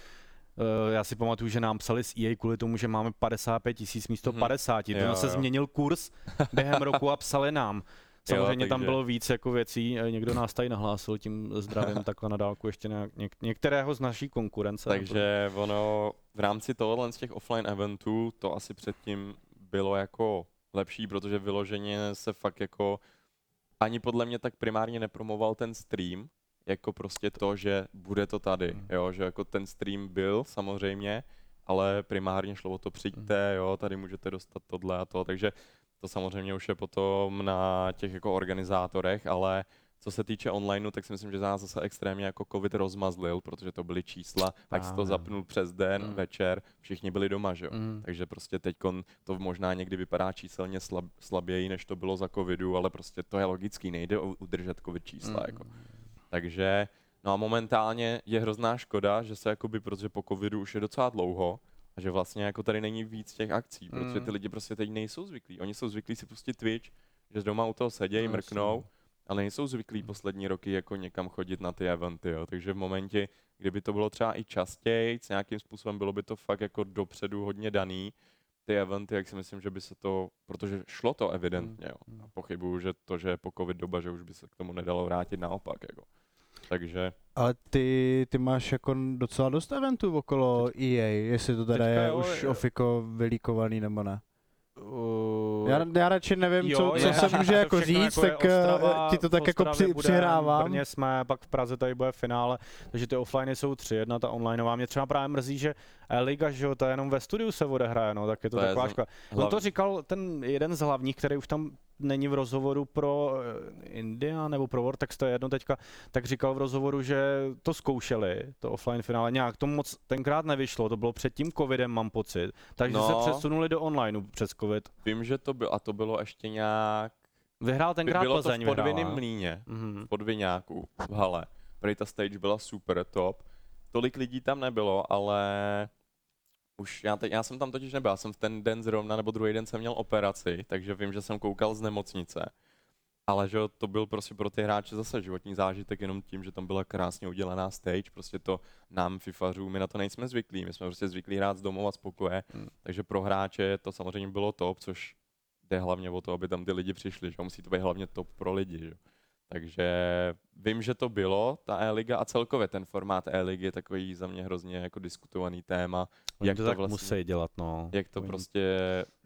já si pamatuju, že nám psali z EA kvůli tomu, že máme 55,000 místo 50. To se změnil kurz během roku a psali nám. Samozřejmě tam bylo víc jako věcí, někdo nás tady nahlásil, tím zdravím takhle na dálku ještě některého z naší konkurence. Takže ono v rámci tohohle z těch offline eventů to asi předtím bylo jako lepší, protože vyloženě se fakt jako ani podle mě tak primárně nepromoval ten stream, jako prostě to, že bude to tady, jo, že jako ten stream byl samozřejmě, ale primárně šlo o to přijďte, jo, tady můžete dostat tohle a to, takže to samozřejmě už je potom na těch jako organizátorech, ale co se týče onlineu, tak si myslím, že za nás zase extrémně jako covid rozmazlil, protože to byly čísla, tak si to zapnul přes den, večer, všichni byli doma, že jo. Takže prostě teďkon to možná někdy vypadá číselně slaběji, než to bylo za covidu, ale prostě to je logický, nejde udržet covid čísla, jako. Takže, no a momentálně je hrozná škoda, že se jakoby, protože po covidu už je docela dlouho, a že vlastně jako tady není víc těch akcí, protože ty lidi prostě teď nejsou zvyklí. Oni jsou zvyklí si pustit Twitch, že doma u toho sedějí, mrknou, ale nejsou zvyklí poslední roky jako někam chodit na ty eventy, jo. Takže v momentě, kdyby to bylo třeba i častěji, nějakým způsobem bylo by to fakt jako dopředu hodně daný, ty eventy, jak si myslím, že by se to, protože šlo to evidentně, jo. A pochybuju, že to, že je po covid doba, že už by se k tomu nedalo vrátit naopak, jako. Takže... Ale ty máš jako docela dost eventů okolo EA, jestli to teda je už ofiko vylíkovaný nebo ne? Já radši nevím, Jo, co je, se může to jako všechno říct, jako je tak Ostrava, ti to tak v jako Ostravě bude, v přihrávám. Brně jsme, pak v Praze tady bude finále, takže ty offline jsou 3-1, ta onlineová. Mě třeba právě mrzí, že Liga, že jo, to je jenom ve studiu se odehraje, no, tak je to taková škoda. On to říkal ten jeden z hlavních, který už tam není v rozhovoru pro India nebo pro Vortex, to je jedno teďka, tak říkal v rozhovoru, že to zkoušeli, to offline finále, nějak to moc tenkrát nevyšlo, to bylo před tím covidem, mám pocit, takže se přesunuli do onlineu přes covid. Vím, že to bylo, a to bylo ještě nějak... Vyhrál tenkrát bylo Plzeň, to v Podvinném Mlýně, v Podviňáku, v hale. Protože ta stage byla super top, tolik lidí tam nebylo, ale už já jsem tam totiž nebyl, já jsem v ten den zrovna, nebo druhý den jsem měl operaci, takže vím, že jsem koukal z nemocnice. Ale že to byl prostě pro ty hráče zase životní zážitek jenom tím, že tam byla krásně udělaná stage, prostě to nám fifařů, my na to nejsme zvyklí, my jsme prostě zvyklí hrát z domova z pokoje, takže pro hráče to samozřejmě bylo top, což jde hlavně o to, aby tam ty lidi přišli, že musí to být hlavně top pro lidi, že? Takže vím, že to bylo, ta E-liga a celkově ten formát E-ligy je takový za mě hrozně jako diskutovaný téma. Jak to tak vlastně, musí dělat, no. Jak to prostě,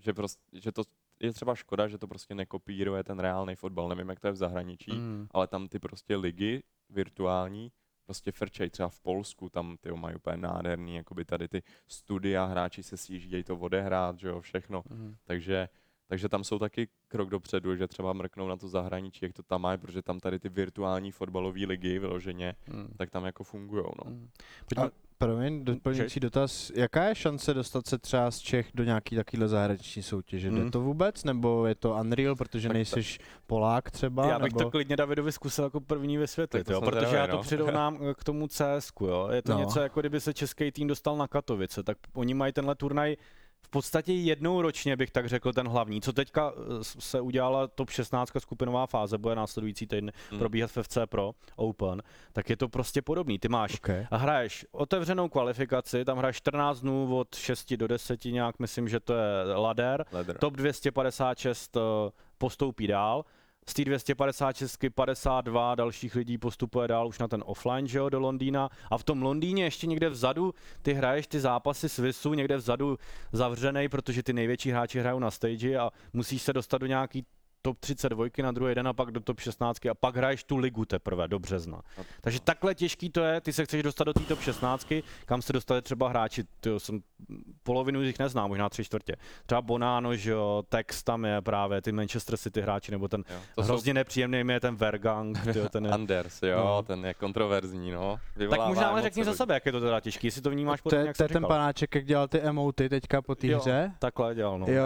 že to je třeba škoda, že to prostě nekopíruje ten reálný fotbal, nevím, jak to je v zahraničí, ale tam ty prostě ligy virtuální prostě frčej, třeba v Polsku, tam ty mají úplně nádherný, jakoby tady ty studia, hráči se sjíždějí to odehrát, že jo, všechno, takže tam jsou taky krok dopředu, že třeba mrknou na to zahraničí, jak to tam mají, protože tam tady ty virtuální fotbalové ligy vyloženě, tak tam jako fungujou, no. Promiň, doplňující dotaz, jaká je šance dostat se třeba z Čech do nějaký takovýhle zahraniční soutěže? Jde to vůbec, nebo je to unreal, protože nejseš Polák třeba? Já bych to klidně Davidovi zkusil jako první vysvětlit, jo, protože já to přirovnám k tomu CSku, jo. Je to něco jako kdyby se český tým dostal na Katovice, tak oni mají tenhle turnaj v podstatě jednou ročně, bych tak řekl, ten hlavní. Co teďka se udělala top 16 skupinová fáze, bude následující týden probíhat v FC Pro Open, tak je to prostě podobný. Ty máš a hraješ otevřenou kvalifikaci, tam hraješ 14 dnů od 6 do 10 nějak, myslím, že to je ladder. Top 256 postoupí dál. Z té 256 52 dalších lidí postupuje dál už na ten offline, že jo, do Londýna. A v tom Londýně ještě někde vzadu ty hraješ ty zápasy s Visu, někde vzadu zavřenej, protože ty největší hráči hrajou na stage a musíš se dostat do nějaký top 32 na druhý den a pak do top 16 a pak hraješ tu ligu teprve do března. Takže takhle těžký to je, ty se chceš dostat do té top 16, kam se dostali třeba hráči, jsem polovinu z nich neznám, možná 3/4. Třeba Bonano, že jo, Tex tam je právě, ty Manchester City hráči, nebo ten hrozně nepříjemný je ten Vergang. Ten je, Anders, jo, ten je kontroverzní, no. Tak možná ale řekni za sebe, jak je to teda těžký, jestli to vnímáš podobně, jak to jsi je ten panáček, jak dělal ty emoty teďka po té hře? Takhle dělal, no. Jo.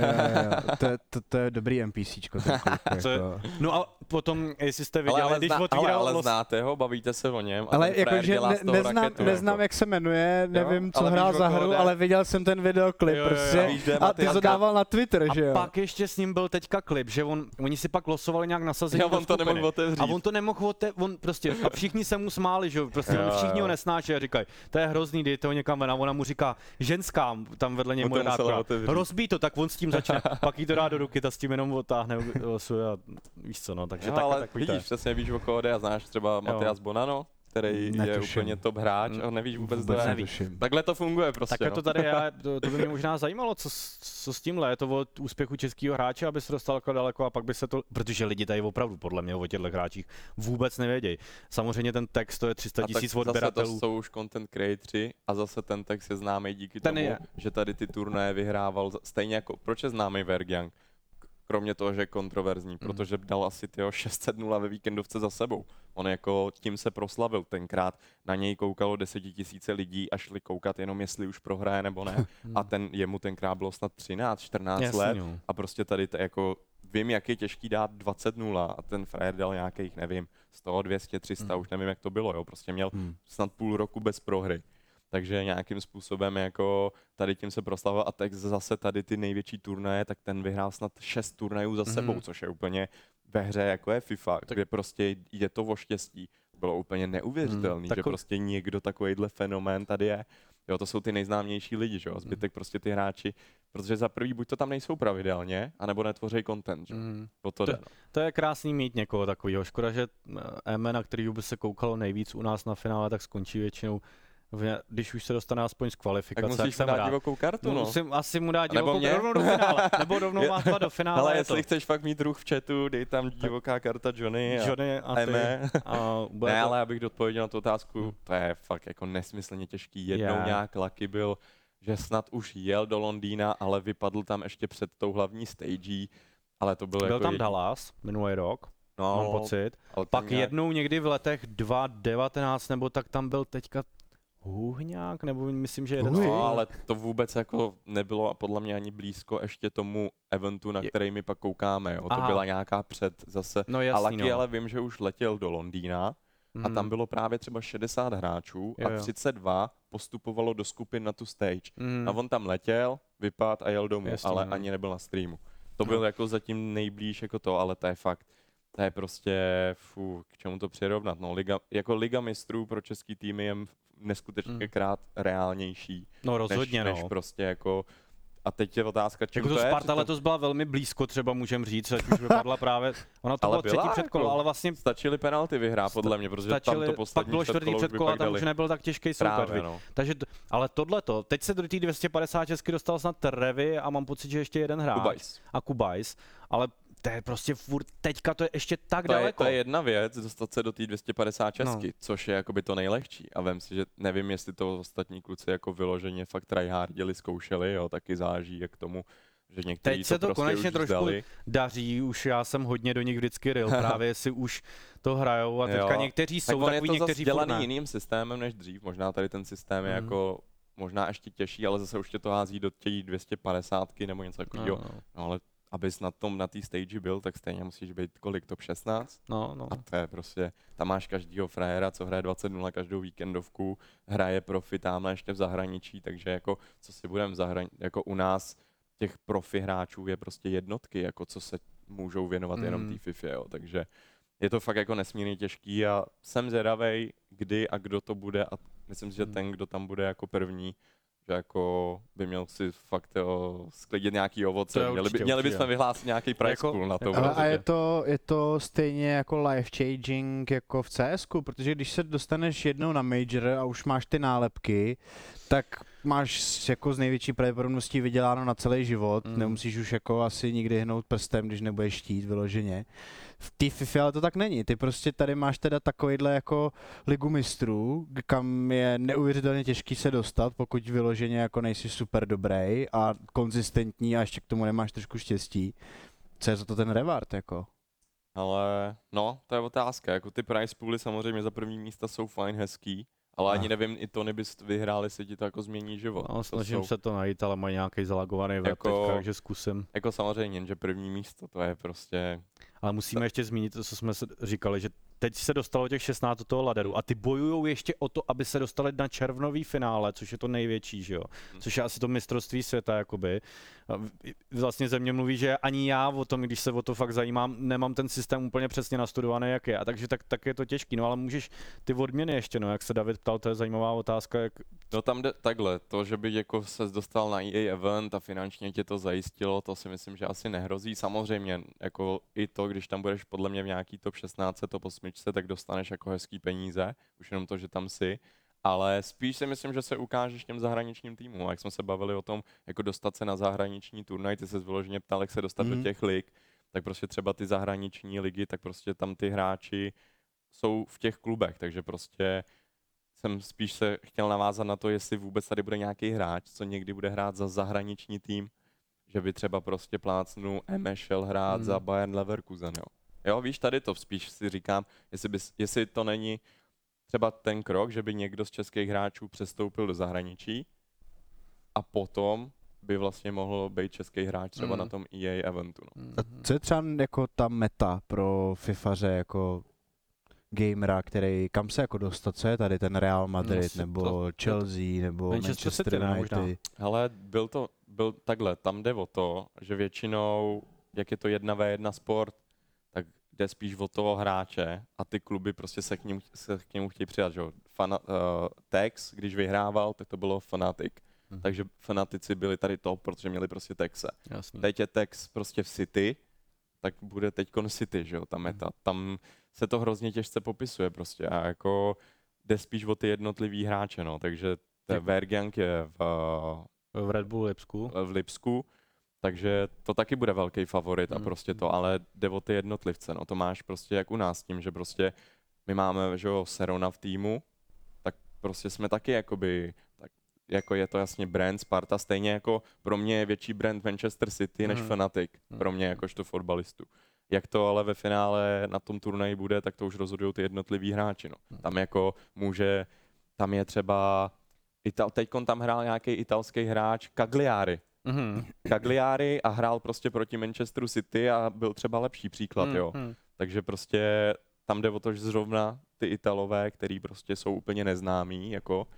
To je dobrý NPCčko. No a potom, jestli jste viděli, když otvíral ale znáte ho, bavíte se o něm. Ale jakože neznám, jak se jmenuje, nevím, co hrál za hru, ale viděl jsem ten videoklip prostě a ty to dával na Twitter, že jo? A pak ještě s ním byl teďka klip, že oni si pak losovali nějak nasazení do on to nemohl otevřít. A on to nemohl otevřít, prostě, a všichni se mu smáli, že jo, prostě všichni ho nesnáší a říkají, to je hrozný, dejte ho někam ven a ona mu říká, ženská, tam vedle něj moderátora, rozbíj to, tak on s tím začne, pak jí to dá do ruky, ta s tím jenom otáhne a víš co, no, takže tak vidíš, přesně víš, o koho jde a znáš třeba Matias Bonano, který je úplně top hráč a nevíš vůbec takhle to funguje prostě. Takhle to tady je, to by mě možná zajímalo, co s tímhle, je to o úspěchu českého hráče, aby se dostal daleko a pak by se to, protože lidi tady opravdu podle mě o těchto hráčích vůbec nevědějí. Samozřejmě ten text, to je 300 000 odběratelů. To jsou už content creatoři a zase ten text je známý díky tomu, že tady ty turnaje vyhrával stejně jako, proč je známý Vergang? Kromě toho, že je kontroverzní, protože dal asi 600-0 ve víkendovce za sebou. On jako tím se proslavil tenkrát, na něj koukalo 10 000 lidí a šli koukat jenom jestli už prohraje nebo ne. A jemu tenkrát bylo snad 13-14 let a prostě tady jako vím, jak je těžký dát 20-0 a ten frajer dal nějakých, nevím, 100, 200, 300, už nevím, jak to bylo, jo, prostě měl snad půl roku bez prohry. Takže nějakým způsobem jako tady tím se proslavil a tak zase tady ty největší turnaje, tak ten vyhrál snad 6 turnajů za sebou, což je úplně ve hře jako je FIFA, kde prostě je to o štěstí. Bylo úplně neuvěřitelný, že prostě někdo takovejhle fenomén tady je. Jo, to jsou ty nejznámější lidi, že jo, zbytek prostě ty hráči, protože za prvý buď to tam nejsou pravidelně, anebo netvoří content, že to je krásný mít někoho takového. Škoda, že na kterýho by se koukalo nejvíc u nás na finále, tak skončí většinou Když už se dostane aspoň z kvalifikace, Tak musíš jsem mu dát rád. divokou kartu, no. Musím asi mu dát Nebo divokou mě? rovnou do finále, nebo rovnou vás dva do finále. Ale je jestli to. chceš fakt mít druh v chatu, dej tam divoká karta Johnny a Johnny a ty. Eme. A bude Ne, to- ale abych odpověděl na tu otázku, to je fakt jako nesmyslně těžký. Jednou Je. nějak lucky byl, že snad už jel do Londýna, ale vypadl tam ještě před tou hlavní stagí, ale to bylo Byl jako tam Dallas minulý rok, mám pocit. ale to Pak nějak- jednou někdy v letech 2019, nebo tak tam byl teďka Hůhňák, nebo myslím, že jeden z Hůj. těch- No, ale to vůbec jako nebylo a podle mě ani blízko ještě tomu eventu, na Je- který my pak koukáme. Jo. To Aha. byla nějaká před zase. No A jasný, Lucky no. ale vím, že už letěl do Londýna a tam bylo právě třeba 60 hráčů a Jo, jo. 32 postupovalo do skupin na tu stage. Mm. A on tam letěl, vypadl a jel domů, Jasný, ale no. ani nebyl na streamu. To No. byl jako zatím nejblíž jako to, ale to je fakt, to je prostě, k čemu to přirovnat, no, jako Liga mistrů pro český týmy je neskutečně krát reálnější, No rozhodně, než no. prostě jako, a teď je otázka, čím Jako to je, Sparta přitom letos byla velmi blízko, třeba můžem říct, ať už vypadla právě, ona to Ale bylo třetí byla předkolo, jako- ale vlastně stačily penalty vyhrát podle mě, protože tam stačili, to pak poslední bylo čtvrtý předkolo už předkolo a by tam pak už dali. nebyl tak těžký soupeř. Právě, viď? no. Takže, ale tohleto, teď se do té 256 dostal snad Revy a mám pocit, že ještě jeden hráč. Kubajs. A Kubajs, ale to je prostě furt, teďka to je ještě tak To je, daleko. to je jedna věc, dostat se do té 256, No. což je jakoby to nejlehčí. A vem si, že nevím, jestli to ostatní kluci jako vyloženě fakt tryhardili, zkoušeli, jo, taky záží jak tomu, že někteří Teď se to prostě konečně už trošku vzdali. daří, už já jsem hodně do nich vždycky ryl, právě si už to hrajou a teďka Jo. někteří Tak jsou on je takový, to zase někteří furt dělaný ne. jiným systémem než dřív, možná tady ten systém je Mhm. jako možná ještě těžší, ale zase už tě to hází do těch 250 nebo něco takového. No, ale abys na té stage byl, tak stejně musíš být kolik, top 16? No. A to je prostě, tam máš každýho frajera, co hraje 20-0 každou víkendovku, hraje profi tamhle ještě v zahraničí, takže jako co si budeme jako u nás těch profi hráčů je prostě jednotky, jako co se můžou věnovat jenom té FIFA, jo, takže je to fakt jako nesmírně těžký a jsem zvědavej, kdy a kdo to bude a myslím si, že ten, kdo tam bude jako první, že jako by měl si fakt sklidit nějaký To ovoce, je určitě, měli určitě. bychom vyhlásit nějaký prize Jako- pool na to. Ale a protože- je to stejně jako life changing jako v CSku, protože když se dostaneš jednou na Major a už máš ty nálepky, tak máš jako z největší pravděpodobností vyděláno na celý život, nemusíš už jako asi nikdy hnout prstem, když nebudeš štít vyloženě. V té FIFA ale to tak není, ty prostě tady máš teda takovýhle jako ligu mistrů, kam je neuvěřitelně těžký se dostat, pokud vyloženě jako nejsi super dobrý a konzistentní a ještě k tomu nemáš trošku štěstí. Co je za to ten reward, jako? Ale no, to je otázka. Jako ty prize pooly samozřejmě za první místa jsou fajn, hezký, ale ani nevím, i Tony bys vyhrál, jestli ti to jako změní život. No, To snažím jsou, se to najít, ale mají nějaký zalagovaný web Jako- teďka, takže zkusím. Jako samozřejmě, že první místo, to je prostě, Ale musíme ještě zmínit to, co jsme říkali, že teď se dostalo těch 16 do toho laderu a ty bojujou ještě o to, aby se dostali na červnový finále, což je to největší, že jo? Což je asi to mistrovství světa, jakoby. A vlastně ze mě mluví, že ani já o tom, když se o to fakt zajímám, nemám ten systém úplně přesně nastudovaný, jak je. A takže tak je to těžký. No ale můžeš ty odměny ještě, no, jak se David ptal, to je zajímavá otázka, jak no tam jde takhle, to, že by jako ses dostal na EA event a finančně tě to zajistilo, to si myslím, že asi nehrozí. Samozřejmě, jako i to, když tam budeš podle mě v nějaký top 16, top 8, tak dostaneš jako hezký peníze, už jenom to, že tam jsi. Ale spíš si myslím, že se ukážeš těm zahraničním týmům. A jak jsme se bavili o tom, jako dostat se na zahraniční turnaj, ty se vyloženě ptal, jak se dostat do těch lig, tak prostě třeba ty zahraniční ligy, tak prostě tam ty hráči jsou v těch klubech, takže prostě jsem spíš se chtěl navázat na to, jestli vůbec tady bude nějaký hráč, co někdy bude hrát za zahraniční tým, že by třeba prostě plácnu šel hrát za Bayern Leverkusen, jo. Jo, víš, tady to spíš si říkám, jestli to není třeba ten krok, že by někdo z českých hráčů přestoupil do zahraničí a potom by vlastně mohl být český hráč třeba na tom EA eventu. No. A co je třeba jako ta meta pro FIFAře jako gamera, který, kam se jako dostat, co je tady ten Real Madrid, asi nebo Chelsea, nebo Manchester City, Manchester ne, možná. United? Ale byl takhle, tam jde o to, že většinou, jak je to 1v1 sport, tak jde spíš o toho hráče a ty kluby prostě se k němu chtějí přidat, že jo. Tex, když vyhrával, tak to bylo Fnatic. Takže fanatici byli tady top, protože měli prostě Texe. jasný. Teď je Tex prostě v City, tak bude teďkon City, že jo, ta meta. Tam se to hrozně těžce popisuje prostě a jako jde spíš o ty jednotlivý hráče, no, takže Vergiang je v Red Bull Lipsku. V Lipsku, takže to taky bude velký favorit a prostě to, ale jde o ty jednotlivce, no, to máš prostě jak u nás tím, že prostě my máme, že jo, Serona v týmu, tak prostě jsme taky jakoby, tak jako je to jasně brand Sparta, stejně jako pro mě je větší brand Manchester City než Fnatic, pro mě jakožto fotbalistu. Jak to ale ve finále na tom turnaji bude, tak to už rozhodují ty jednotliví hráči, no. Tam jako tam je třeba, teďkon tam hrál nějaký italský hráč Cagliari. Cagliari a hrál prostě proti Manchesteru City a byl třeba lepší příklad, jo. Takže prostě tam jde o to, že zrovna ty Italové, který prostě jsou úplně neznámí, jako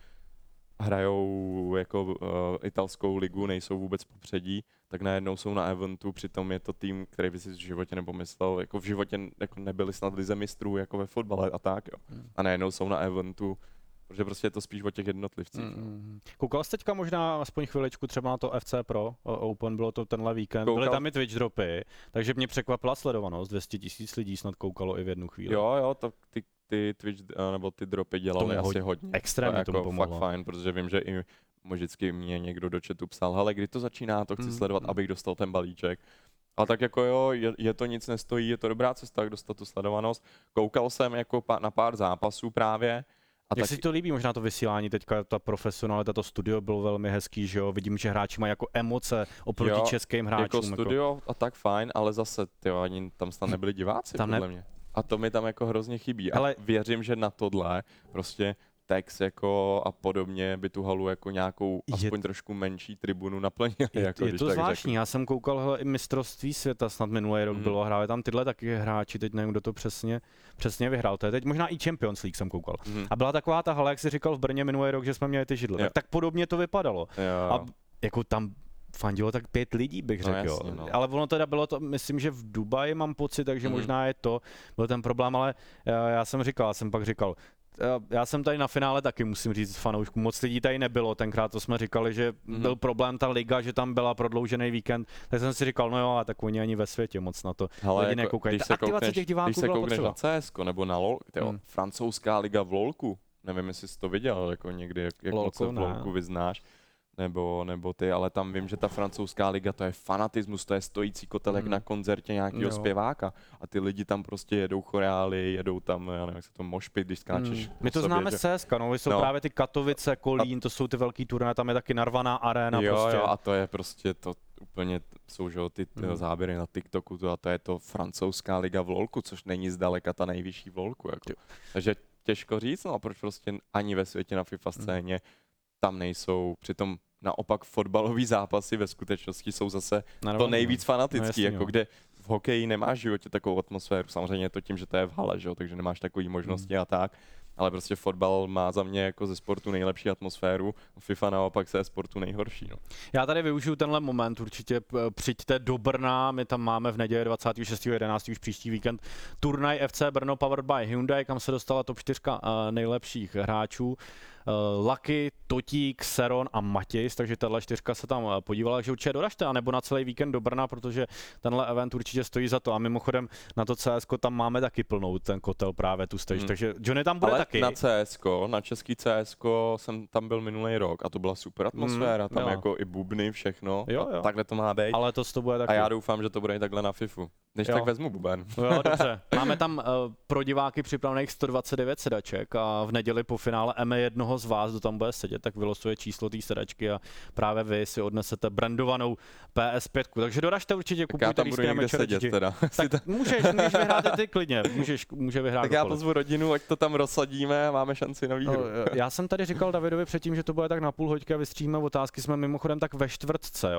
hrajou jako italskou ligu, nejsou vůbec popředí, tak najednou jsou na eventu, přitom je to tým, který by si v životě nepomyslel, jako v životě jako nebyli snad lize mistrů jako ve fotbale a tak, jo. A najednou jsou na eventu, protože prostě je to spíš o těch jednotlivcích. Koukal jsi teďka možná aspoň chviličku třeba na to FC Pro Open, bylo to tenhle víkend, byly tam i Twitch dropy, takže mě překvapila sledovanost, 200 000 lidí snad koukalo i v jednu chvíli. Jo, to ty Twitch nebo ty dropy dělali asi hodně. Extrémně to tomu jako pomohlo. Fakt fajn, protože vím, že i vždycky mě někdo do chatu psal, hele, kdy to začíná, to chci sledovat, abych dostal ten balíček. A tak jako jo, je to nic nestojí, je to dobrá cesta, jak dostat tu sledovanost. Koukal jsem jako na pár zápasů právě. Jak si to líbí, možná to vysílání teďka, ta profesionalita, to studio bylo velmi hezký, že jo, vidím, že hráči mají jako emoce oproti českým hráčům. Jako studio a tak fajn, ale zase, tyjo, ani tam snad nebyli diváci, podle mě. A to mi tam jako hrozně chybí. Ale věřím, že na tohle prostě Tex jako a podobně by tu halu jako nějakou aspoň trošku menší tribunu naplnili. Jako, je to zvláštní, já jsem koukal hele, i mistrovství světa, snad minulý rok bylo, hráli tam tyhle taky hráči, teď nevím, kdo to přesně vyhrál, to je teď možná i Champions League jsem koukal. A byla taková ta hala, jak jsi říkal v Brně minulý rok, že jsme měli ty židle, tak podobně to vypadalo. A jako tam fandilo tak 5 lidí, bych řekl, jasně, no. Ale ono teda bylo to, myslím, že v Dubaji mám pocit, takže možná je to, byl ten problém, ale já jsem pak říkal, já jsem tady na finále taky, musím říct, fanoušků, moc lidí tady nebylo, tenkrát to jsme říkali, že byl problém ta liga, že tam byla prodloužený víkend, tak jsem si říkal, no jo, a tak oni ani ve světě moc na to lidi nekoukají. Když se koukneš na CSko nebo na LOL, francouzská liga v LOLku, nevím, jestli jsi to viděl, jako někdy, jak moc se v LOLku vyznáš, nebo ty, ale tam vím, že ta francouzská liga, to je fanatismus, to je stojící kotel jak na koncertě nějakého zpěváka a ty lidi tam prostě jedou choreály, jedou tam, já nevím, jak se to mošpit, když skáčeš. My to známe z CSka, no, jsou právě ty Katovice, Kolín, to jsou ty velký turné, tam je taky narvaná arena. Jo, prostě. Jo, a to je prostě to úplně, jsou že ty záběry na TikToku, a to je to francouzská liga v LOLku, což není zdaleka ta nejvyšší v LOLku, jako. Takže těžko říct, no a proč prostě ani ve světě na FIFA scéně tam nejsou, přitom naopak fotbalový zápasy ve skutečnosti jsou zase to nejvíc fanatický, jasný, jako kde v hokeji nemáš v životě takovou atmosféru, samozřejmě je to tím, že to je v hale, že jo, takže nemáš takový možnosti a tak, ale prostě fotbal má za mě jako ze sportu nejlepší atmosféru, FIFA naopak ze sportu nejhorší. No. Já tady využiju tenhle moment, určitě přijďte do Brna, my tam máme v neděli 26.11. už příští víkend turnaj FC Brno powered by Hyundai, kam se dostala top 4 nejlepších hráčů. Lucky, Totík, Seron a Matějs, takže tahle 4 se tam podívala, takže určitě doražte, anebo na celý víkend do Brna, protože tenhle event určitě stojí za to a mimochodem na to CSko tam máme taky plnou ten kotel právě tu stage, takže Johnny tam bude taky. Na CSko, na český CSko jsem tam byl minulý rok a to byla super atmosféra, tam jako i bubny, všechno, jo. takhle to má být. Ale to bude taky. A já doufám, že to bude i takhle na FIFU. Než tak vezmu buben. Jo, dobře. Máme tam pro diváky připravených 129 sedaček a v neděli po finále jednoho z vás, kdo tam bude sedět, tak vylosuje číslo té sedačky a právě vy si odnesete brandovanou PS5. Takže doražte určitě, kupujte lístky na Match teda. Tak můžeš vyhrát ty klidně, může vyhrát. Tak já pozvu rodinu, ať to tam rozsadíme a máme šanci na výhru. Já jsem tady říkal Davidovi předtím, že to bude tak na půl hoďky a vystříhíme otázky, jsme mimochodem tak ve čtvrtce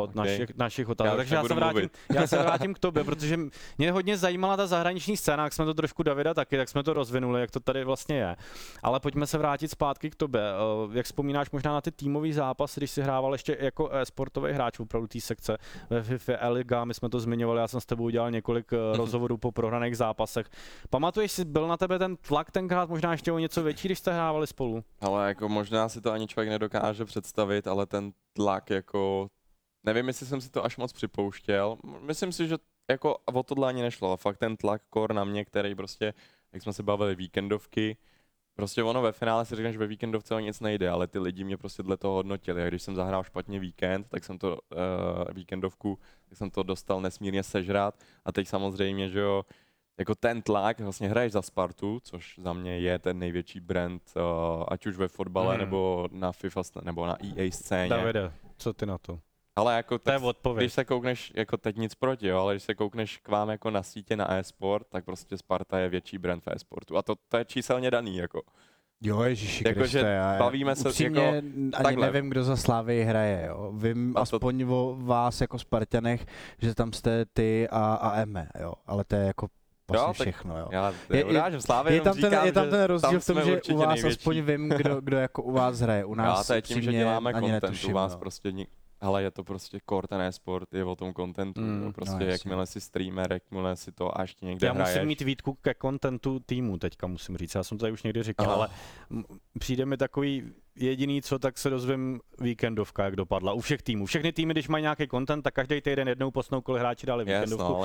našich otázek. Takže já se vrátím k tobě, protože mě hodně zajímala ta zahraniční scéna, jak jsme to trošku Davida taky, tak jsme to rozvinuli, jak to tady vlastně je. Ale pojďme se vrátit zpátky k tobě. Jak vzpomínáš možná na ty týmový zápasy, když jsi hrával ještě jako sportový hráč opravdu té sekce ve FIFA Eliga, my jsme to zmiňovali, já jsem s tebou udělal několik rozhovorů po prohraných zápasech. Pamatuješ si, byl na tebe ten tlak tenkrát možná ještě o něco větší, když jste hrávali spolu? Ale jako možná si to ani člověk nedokáže představit, ale ten tlak jako, nevím, jestli jsem si to až moc připouštěl. Myslím si, že jako o tohle ani nešlo, ale fakt ten tlak kor na mě, který prostě, jak jsme se bavili, víkendovky, Prostě ono ve finále si řekneš, že ve víkendovce o nic nejde, ale ty lidi mě prostě dle toho hodnotili. A když jsem zahrál špatně víkend, tak jsem to víkendovku, tak jsem to dostal nesmírně sežrat. A teď samozřejmě, že jo, jako ten tlak, vlastně hraješ za Spartu, což za mě je ten největší brand, ať už ve fotbale, nebo na FIFA, nebo na EA scéně. Davide, co ty na to? Ale jako To je odpověď. když se koukneš, jako teď nic proti, jo, ale když se koukneš k vám jako na sítě na e-sport, tak prostě Sparta je větší brand v e-sportu. A to je číselně daný, jako. Jo, ježiši Jako, Kriste, že já bavíme se upřímně jako ani takhle. nevím, kdo za Slávy hraje, jo. Vím A to- aspoň o vás jako Spartanech, že tam jste ty a Eme, jo. Ale to je jako vlastně tak všechno, jo. Já Je- urážím Slávy, Je tam, říkám, je tam že ten rozdíl v tom, jsme že určitě u vás největší. aspoň vím, kdo jako u vás hraje. U nás Já to je tím, že upřímně děláme ani content, netuším, u vás no. prostě ale je to prostě core ten e-sport, je o tom contentu, jo, prostě jasně. jakmile si streamer, jakmile si to a ještě někde Já hraješ. musím mít výtku ke kontentu týmu teďka, musím říct. Já jsem to tady už někdy říkal, Aha. ale přijde mi takový jediný, co tak se dozvím víkendovka, jak dopadla. U všech týmů. Všechny týmy, když mají nějaký content, tak každý týden jednou posnou, kolik hráči dali víkendovku. Jasno, ale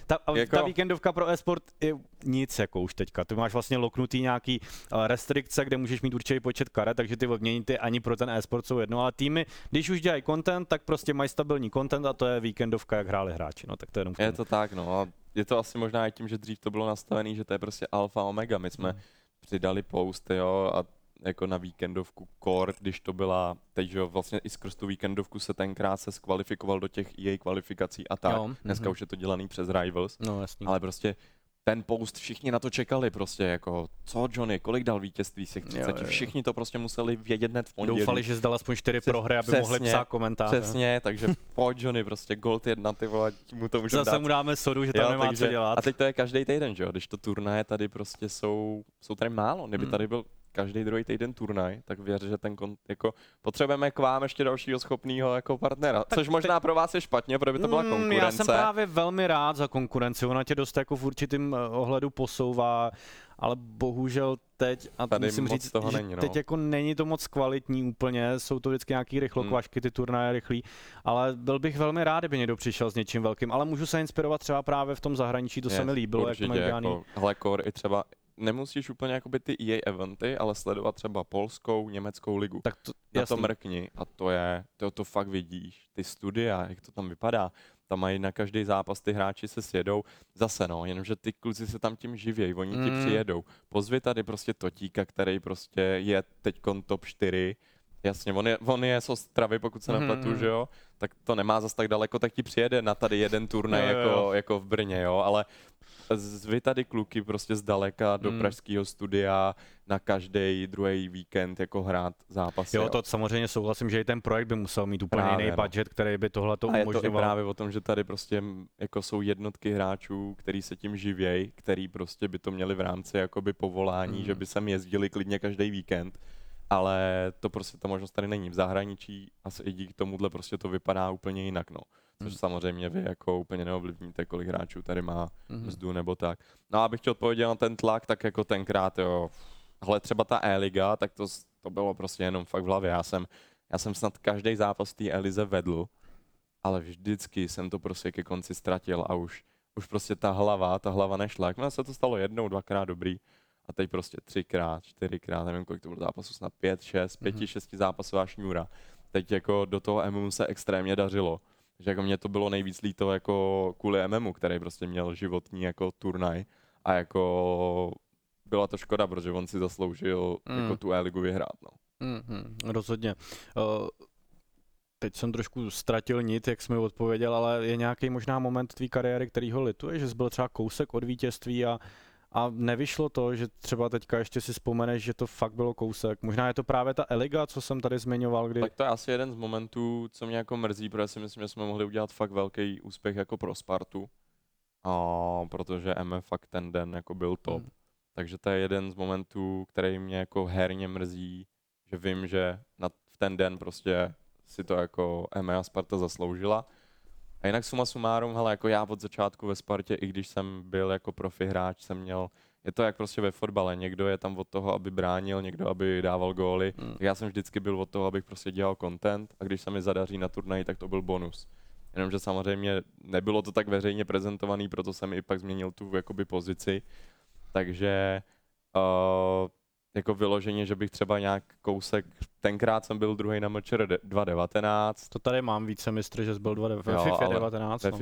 Ta víkendovka pro e-sport je nic jako už teďka. Ty máš vlastně loknutý nějaký restrikce, kde můžeš mít určitý počet karet, takže ty odměny ani pro ten e-sport jsou jedno. Ale týmy, když už dělají content, tak prostě mají stabilní content a to je víkendovka, jak hráli hráči. No, tak to je jenom v tom. je to tak, no. A je to asi možná i tím, že dřív to bylo nastavené, že to je prostě alfa omega. My jsme přidali post, jo, a jako na víkendovku core, když to byla, teď jo, vlastně i skrz tu víkendovku se tenkrát se skvalifikoval do těch EA kvalifikací a tak. Jo, Dneska už je to dělaný přes Rivals, No, jasný. ale prostě ten post, všichni na to čekali prostě, jako, co Johnny, kolik dal vítězství z těch 30, Jo. všichni to prostě museli vědět hned v pondělí. Doufali, že zdal aspoň 4 prohry, aby Přesně, mohli psát komentáře. Přesně, takže pojď Johnny, prostě Gold 1, ty vole, mu to můžeme Zase dát. mu dáme sodu, že tam nemá co dělat. A teď to je každý týden, že jo? Když to turnaje tady prostě jsou tady málo. Kdyby tady byl každý druhý týden turnaj, tak věř, že jako potřebujeme k vám ještě dalšího schopného jako partnera. Což možná pro vás je špatně, protože by to byla konkurence. Já jsem právě velmi rád za konkurenci, ona tě dost jako v určitým ohledu posouvá, ale bohužel teď, a Tady musím moc říct, toho že není, no. teď jako není to moc kvalitní úplně, jsou to vždycky nějaký rychlokvašky, ty turnaje rychlý, ale byl bych velmi rád, kdyby někdo přišel s něčím velkým, ale můžu se inspirovat třeba právě v tom zahraničí, to se mi líbilo, jak to mají dělaný. jako, hele, core i třeba nemusíš úplně jakoby ty EA eventy, ale sledovat třeba polskou, německou ligu. Tak to, Na jasný. to mrkni a to fakt vidíš. Ty studia, jak to tam vypadá, tam mají na každý zápas ty hráči se sjedou. Zase no, jenomže ty kluci se tam tím živějí, oni ti přijedou. Pozvi tady prostě Totíka, který prostě je teďkon top 4. Jasně, on je z Ostravy, pokud se nepletu, že jo, tak to nemá zas tak daleko, tak ti přijede na tady jeden turnaj jako v Brně, jo, ale zvi tady kluky prostě zdaleka do pražského studia na každý druhý víkend jako hrát zápasy. Jo, to samozřejmě souhlasím, že i ten projekt by musel mít úplně Právě, jiný no. budget, který by tohle to A je to i umožňoval. právě o tom, že tady prostě jako jsou jednotky hráčů, který se tím živějí, který prostě by to měli v rámci jakoby povolání, že by sem jezdili klidně každý víkend, ale to prostě ta možnost tady není. V zahraničí asi i díky tomuhle prostě to vypadá úplně jinak, no. Což samozřejmě vy jako úplně neovlivníte, kolik hráčů tady má mzdu nebo tak. No a abych ti odpověděl na ten tlak, tak jako tenkrát, jo, ale třeba ta E-liga, tak to bylo prostě jenom fakt v hlavě. Já jsem snad každý zápas té E-lize vedl, ale vždycky jsem to prostě ke konci ztratil a už prostě ta hlava nešla. Jakmile se to stalo jednou, dvakrát dobrý a teď prostě 3x, 4x, nevím kolik to bylo zápasů, snad 5, 6, 5-6 zápasová šňůra. Teď jako do toho MMU se extrémně dařilo. Že jako mě to bylo nejvíc líto jako kvůli MMU, který prostě měl životní jako turnaj a jako byla to škoda, protože on si zasloužil jako tu E-ligu vyhrát, no. Rozhodně. Teď jsem trošku ztratil nit, jak jsi mi odpověděl, ale je nějaký možná moment tvý kariéry, který ho lituje, že jsi byl třeba kousek od vítězství a nevyšlo to, že třeba teďka ještě si vzpomeneš, že to fakt bylo kousek. Možná je to právě ta E-liga, co jsem tady zmiňoval, kdy... Tak to je asi jeden z momentů, co mě jako mrzí, protože si myslím, že jsme mohli udělat fakt velký úspěch jako pro Spartu. Protože MF fakt ten den jako byl top. Takže to je jeden z momentů, který mě jako herně mrzí, že vím, že v ten den prostě si to jako EMEA Sparta zasloužila. A jinak suma sumárum, hele, jako já od začátku ve Spartě, i když jsem byl jako profi hráč, jsem měl, je to jak prostě ve fotbale, někdo je tam od toho, aby bránil, někdo, aby dával góly. Tak já jsem vždycky byl od toho, abych prostě dělal content a když se mi zadaří na turnaji, tak to byl bonus. Jenomže samozřejmě nebylo to tak veřejně prezentovaný, proto jsem i pak změnil tu jakoby pozici. Takže jako vyloženě, že bych třeba nějak kousek, tenkrát jsem byl druhý na MČR 2019. To tady mám více mistr, že jsi byl ve Jo, FIFA ale 19. Ve no.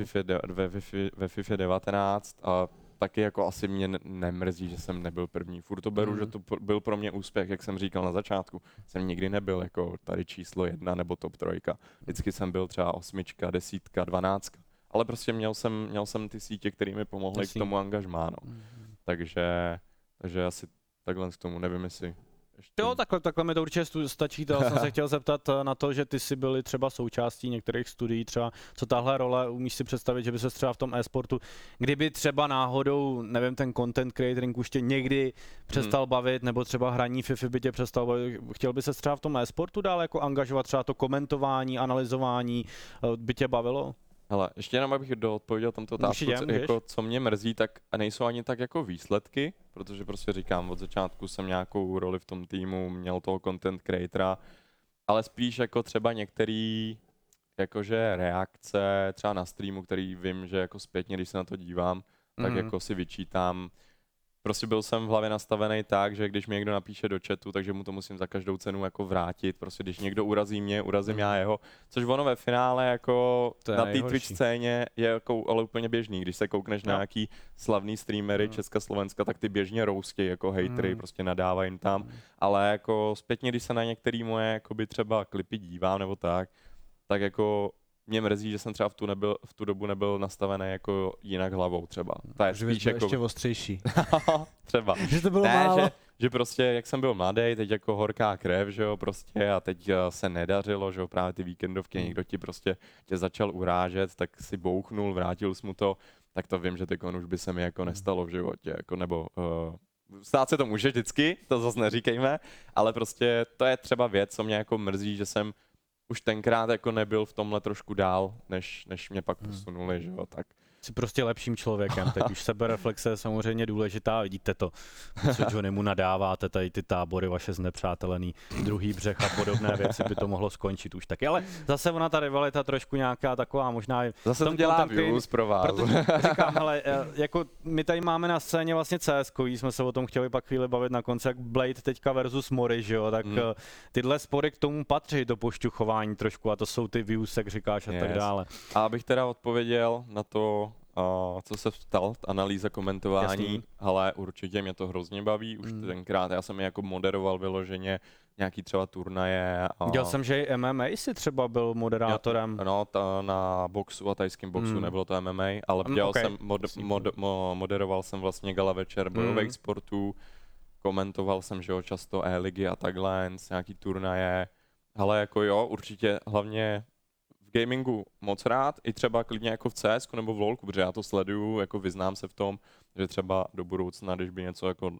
ve FIFA 19 a taky jako asi mě nemrzí, že jsem nebyl první. Furt to beru, že to byl pro mě úspěch, jak jsem říkal na začátku. Jsem nikdy nebyl jako tady číslo 1 nebo top 3. Vždycky jsem byl třeba 8, 10, 12. Ale prostě měl jsem ty sítě, které mi pomohly k tomu angažmá. No. Takže asi takhle k tomu, nevím jestli ještě... Jo, takhle mi to určitě stačí. To jsem se chtěl zeptat na to, že ty jsi byli třeba součástí některých studií, třeba co tahle role, umíš si představit, že by se třeba v tom e-sportu, kdyby třeba náhodou, nevím, ten content creatoring už tě někdy přestal bavit, nebo třeba hraní FIFA by tě přestal bavit, chtěl by se třeba v tom e-sportu dál jako angažovat, třeba to komentování, analyzování, by tě bavilo? Hele, ještě jenom abych odpověděl tomto otázku, jako, co mě mrzí, tak nejsou ani tak jako výsledky, protože prostě říkám, od začátku jsem nějakou roli v tom týmu, měl toho content creatora, ale spíš jako třeba některý jakože reakce třeba na streamu, který vím, že jako zpětně, když se na to dívám, tak jako si vyčítám. Prostě byl jsem v hlavě nastavený tak, že když mi někdo napíše do chatu, takže mu to musím za každou cenu jako vrátit. Prostě když někdo urazí mě, urazím já jeho. Což ono ve finále jako na té Twitch scéně je jako ale úplně běžný. Když se koukneš na nějaký slavný streamery Česka, Slovenska, tak ty běžně roustějí jako hejtry, prostě nadávají jim tam. Ale jako zpětně, když se na některé moje jakoby třeba klipy dívám nebo tak jako mě mrzí, že jsem třeba v tu dobu nebyl nastavený jako jinak hlavou třeba. To je spíš byl jako... ještě ostřejší. třeba. Že to bylo málo. Že prostě, jak jsem byl mladý, teď jako horká krev, že jo, prostě a teď se nedařilo, že jo, právě ty víkendovky, někdo ti prostě tě začal urážet, tak si bouchnul, vrátil jsi mu to, tak to vím, že teď už by se mi jako nestalo v životě, jako nebo... Stát se to může vždycky, to zase neříkejme, ale prostě to je třeba věc, co mě jako mrzí, že jsem už tenkrát jako nebyl v tomhle trošku dál, než mě pak posunuli, že jo, tak. Jsi prostě lepším člověkem, teď už sebereflexe je samozřejmě důležitá, vidíte to, co Johnnymu nadáváte, tady ty tábory vaše znepřátelený, druhý břeh a podobné věci by to mohlo skončit už taky, ale zase ona ta rivalita trošku nějaká taková možná... Zase to dělá views pro vás. Protože říkám, hele, jako my tady máme na scéně vlastně CS-kový, jsme se o tom chtěli pak chvíli bavit na konci, jak Blade teďka versus Mori, že jo, tak tyhle spory k tomu patří, to pošťuchování trošku a to jsou ty views, jak říkáš a tak dále. A abych teda odpověděl na to, co se ptal, analýza, komentování, ale určitě mě to hrozně baví, už tenkrát, já jsem je jako moderoval vyloženě, nějaký třeba turnaje. Dělal jsem, že i MMA si třeba byl moderátorem. No, na boxu a tajském boxu, nebylo to MMA, ale dělal jsem, moderoval jsem vlastně gala večer bojových sportů, komentoval jsem, že jo, často e-ligy a takhle, nějaký turnaje, ale jako jo, určitě hlavně v gamingu moc rád, i třeba klidně jako v CS nebo v LoLku, protože já to sleduju, jako vyznám se v tom, že třeba do budoucna, když by něco jako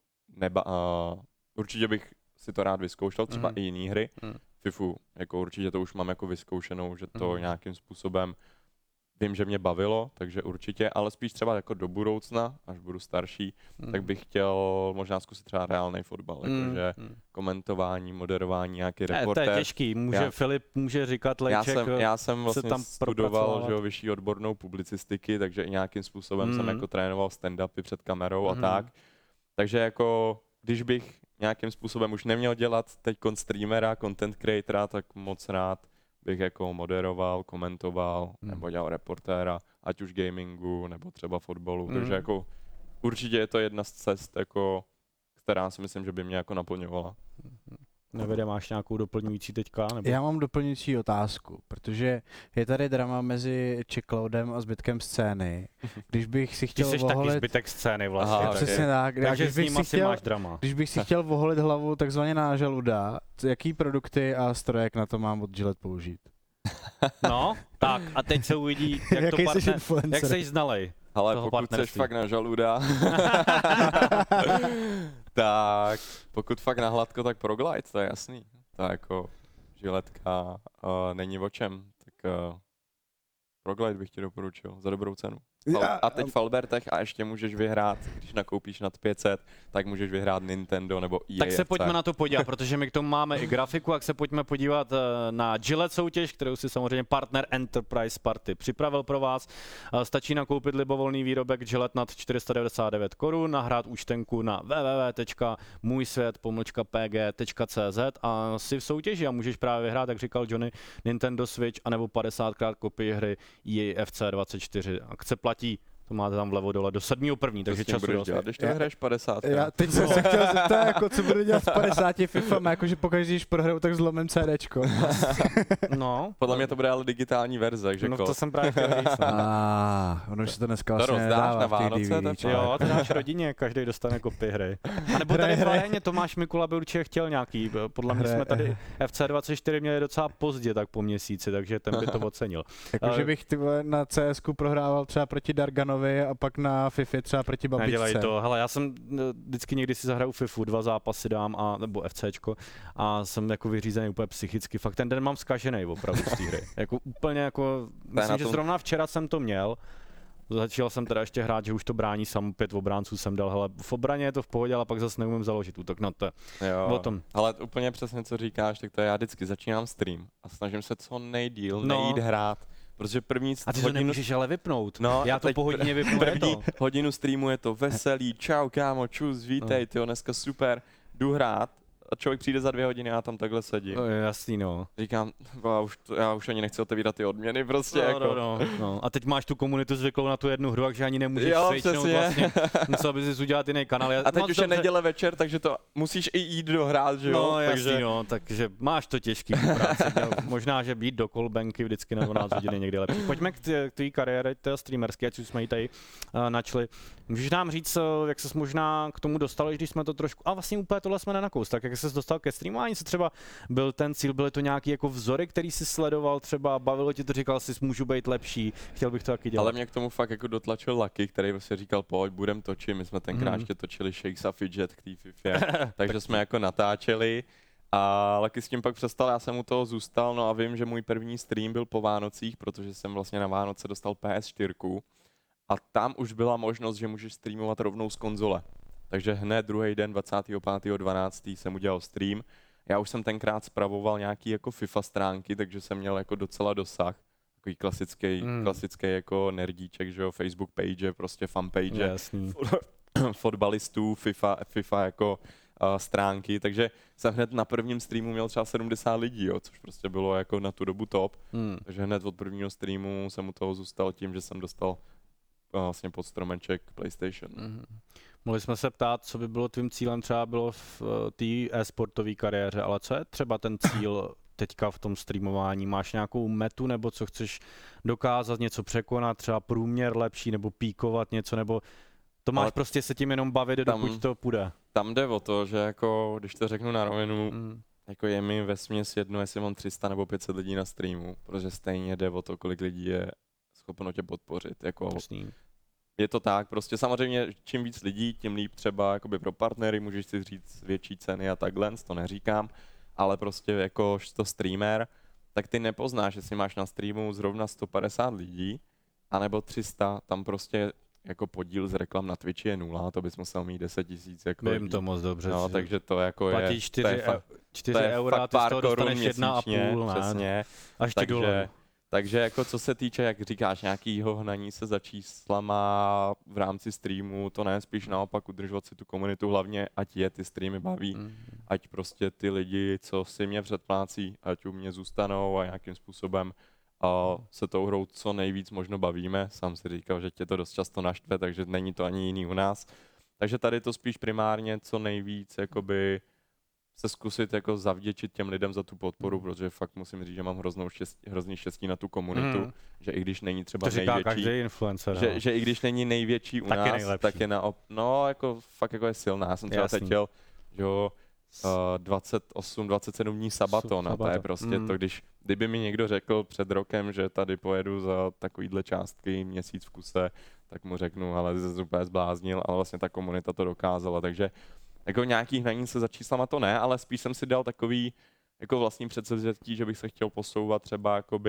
určitě bych si to rád vyzkoušel, třeba i jiný hry. FIFU, jako určitě to už mám jako vyzkoušenou, že to nějakým způsobem vím, že mě bavilo, takže určitě, ale spíš třeba jako do budoucna, až budu starší, tak bych chtěl možná zkusit třeba reálný fotbal, jakože komentování, moderování, nějaký reportér. To je těžký, Filip může říkat Lejček. Já jsem vlastně studoval, že jo, vyšší odbornou publicistiky, takže i nějakým způsobem jsem jako trénoval stand-upy před kamerou a tak. Takže jako, když bych nějakým způsobem už neměl dělat teď streamera, content creatora, tak moc rád bych jako moderoval, komentoval, nebo dělal reportéra, ať už gamingu, nebo třeba fotbalu, takže jako určitě je to jedna z cest, jako, která si myslím, že by mě jako naplňovala. Nevede, máš nějakou doplňující teďka? Nebo? Já mám doplňující otázku, protože je tady drama mezi Checkloudem a zbytkem scény. Když bych si chtěl Ty jsi taky zbytek scény vlastně. Aha, přesně tak. Takže s ním asi máš drama. Když bych si chtěl voholit hlavu takzvaně na žaluda, jaký produkty a strojek na to mám od Gillette použít? No, tak a teď se uvidí, jak to jak seš znalej. Ale pokud jsi fakt na žaluda, tak pokud fakt na hladko, tak Proglide, to je jasný. To je jako žiletka není o čem, tak Proglide bych ti doporučil za dobrou cenu. a teď v Albertech a ještě můžeš vyhrát, když nakoupíš nad 500, tak můžeš vyhrát Nintendo nebo EA. Tak se pojďme na to podívat, protože my k tomu máme i grafiku, jak se pojďme podívat na Gillette soutěž, kterou si samozřejmě partner Enterprise Party připravil pro vás. Stačí nakoupit libovolný výrobek Gillette nad 499 korun, nahrát účtenku na www.můjsvět-pg.cz a si v soutěži a můžeš právě vyhrát, jak říkal Johnny, Nintendo Switch anebo 50krát kopii hry EA FC24. Akce platí, to máte tam vlevo dole, do 7.1., takže času budeš dělat, když to vyhraješ 50. Já teď jsem se chtěl zeptat, jako, co budu dělat s 50 FIFA, jakože pokaždé, když prohraju, tak zlomím CDčko. No. Podle mě to bude ale digitální verze, takže No to jsem právě chtěl říct. Ono už se to dneska to vlastně rozdáš nedává na v těch Vánoce, DVDčkách. Jo, to dáš rodině, každý dostane kopii hry. A nebo tady v aréně Tomáš Mikula by určitě chtěl nějaký, podle mě jsme tady FC24 měli docela pozdě, tak po měsíci, takže ten by to ocenil. Jakože bych ty vole na CSku prohrával třeba proti Darganovi a pak na FIFA třeba proti babičce. Nedělej to, hele, já jsem vždycky někdy si zahraju FIFU, 2 zápasy dám, nebo FCčko a jsem jako vyřízený úplně psychicky, fakt ten den mám zkažený opravdu z té hry. Jako úplně jako, myslím, že zrovna včera jsem to měl, začal jsem teda ještě hrát, že už to brání sam, 5 obránců jsem dal, hele, v obraně je to v pohodě, ale pak zase neumím založit útok, no to je o tom. Ale úplně přesně co říkáš, tak to já vždycky začínám stream a snažím se co nejdýl nejít hrát. Protože první a ty to nemůžeš ale vypnout. No, já to po hodině vypnu. První hodinu streamu je to veselý, čau kámo, čus, vítej, tyjo, dneska super, jdu hrát a člověk přijde za 2 hodiny a já tam takhle sedím. No, jasný, no. Říkám, já už ani nechci otevírat ty odměny prostě. No. A teď máš tu komunitu zvyklou na tu jednu hru, takže ani nemůžeš switchnout vlastně. Musel bys si udělat jiný kanál. A teď už je neděle večer, takže to musíš i jít dohrát, že jo? No jasný, takže máš to těžký v práci. Možná, že být do kolbenky vždycky na 12 hodiny někdy lepší. Pojďme k té kariéře streamerské, ať jsme ji tady načli. Můžeš nám říct, jak ses možná k tomu dostal, když jsme to trošku, a vlastně úplně tohle jsme nenakous, tak jak ses dostal ke streamování, co třeba byl ten cíl, byly to nějaký jako vzory, který jsi sledoval, třeba bavilo tě to, říkal jsi, můžu být lepší, chtěl bych to taky dělat. Ale mě k tomu fakt jako dotlačil Lucky, který vlastně říkal, pojď, budem točit, my jsme tenkrát ještě točili Shakes a Fidget k té FIFA, takže jsme jako natáčeli. A Lucky s tím pak přestal, já jsem u toho zůstal, no a vím, že můj první stream byl po Vánocích, protože jsem vlastně na Vánoce dostal PS4 a tam už byla možnost, že můžeš streamovat rovnou z konzole. Takže hned druhý den 25.12. jsem udělal stream. Já už jsem tenkrát spravoval nějaký jako FIFA stránky, takže jsem měl jako docela dosah. Takový klasický jako nerdíček, že jo, Facebook page, prostě fanpage, fotbalistů, FIFA jako stránky, takže jsem hned na prvním streamu měl třeba 70 lidí, jo, což prostě bylo jako na tu dobu top. Takže hned od prvního streamu jsem u toho zůstal tím, že jsem dostal vlastně pod stromeček PlayStation. Mohli jsme se ptát, co by bylo tvým cílem, třeba bylo v té e-sportové kariéře, ale co je třeba ten cíl teďka v tom streamování? Máš nějakou metu, nebo co chceš dokázat, něco překonat, třeba průměr lepší, nebo píkovat něco, nebo to máš ale prostě se tím jenom bavit, dokud to půjde? Tam jde o to, že jako, když to řeknu na rovinu, jako je mi vesměs jedno, jestli mám 300 nebo 500 lidí na streamu, protože stejně jde o to, kolik lidí je schopno tě podpořit. Jako, je to tak, prostě samozřejmě čím víc lidí, tím líp třeba jakoby pro partnery, můžeš si říct větší ceny a takhle, to neříkám, ale prostě jako to streamer, tak ty nepoznáš, jestli máš na streamu zrovna 150 lidí, anebo 300, tam prostě jako podíl z reklam na Twitchi je 0, to bys musel mít 10 000 jako vím to moc dobře. No, takže to jako platí 4 eura, ty z toho dostaneš 1,5, přesně. Až ty dole. Takže jako co se týče, jak říkáš, nějakýho hnaní se za číslama v rámci streamu, to ne, spíš naopak udržovat si tu komunitu, hlavně ať je ty streamy baví, ať prostě ty lidi, co si mě předplácí, ať u mě zůstanou a nějakým způsobem se tou hrou co nejvíc možno bavíme. Sám si říkal, že tě to dost často naštve, takže není to ani jiný u nás. Takže tady to spíš primárně co nejvíc jakoby se zkusit jako zavděčit těm lidem za tu podporu, protože fakt musím říct, že mám hrozný štěstí na tu komunitu, že i když není třeba největší, že i když není největší u nás, tak je no jako fakt jako je silná. Já jsem třeba teď jel, že 28-27 dní sabaton a to je prostě to, kdyby mi někdo řekl před rokem, že tady pojedu za takovýhle částky měsíc v kuse, tak mu řeknu, ale jsi úplně zbláznil, ale vlastně ta komunita to dokázala, takže jako nějaký hnaní se za číslama to ne, ale spíš jsem si dal takový jako vlastní předsevzetí, že bych se chtěl posouvat třeba jakoby,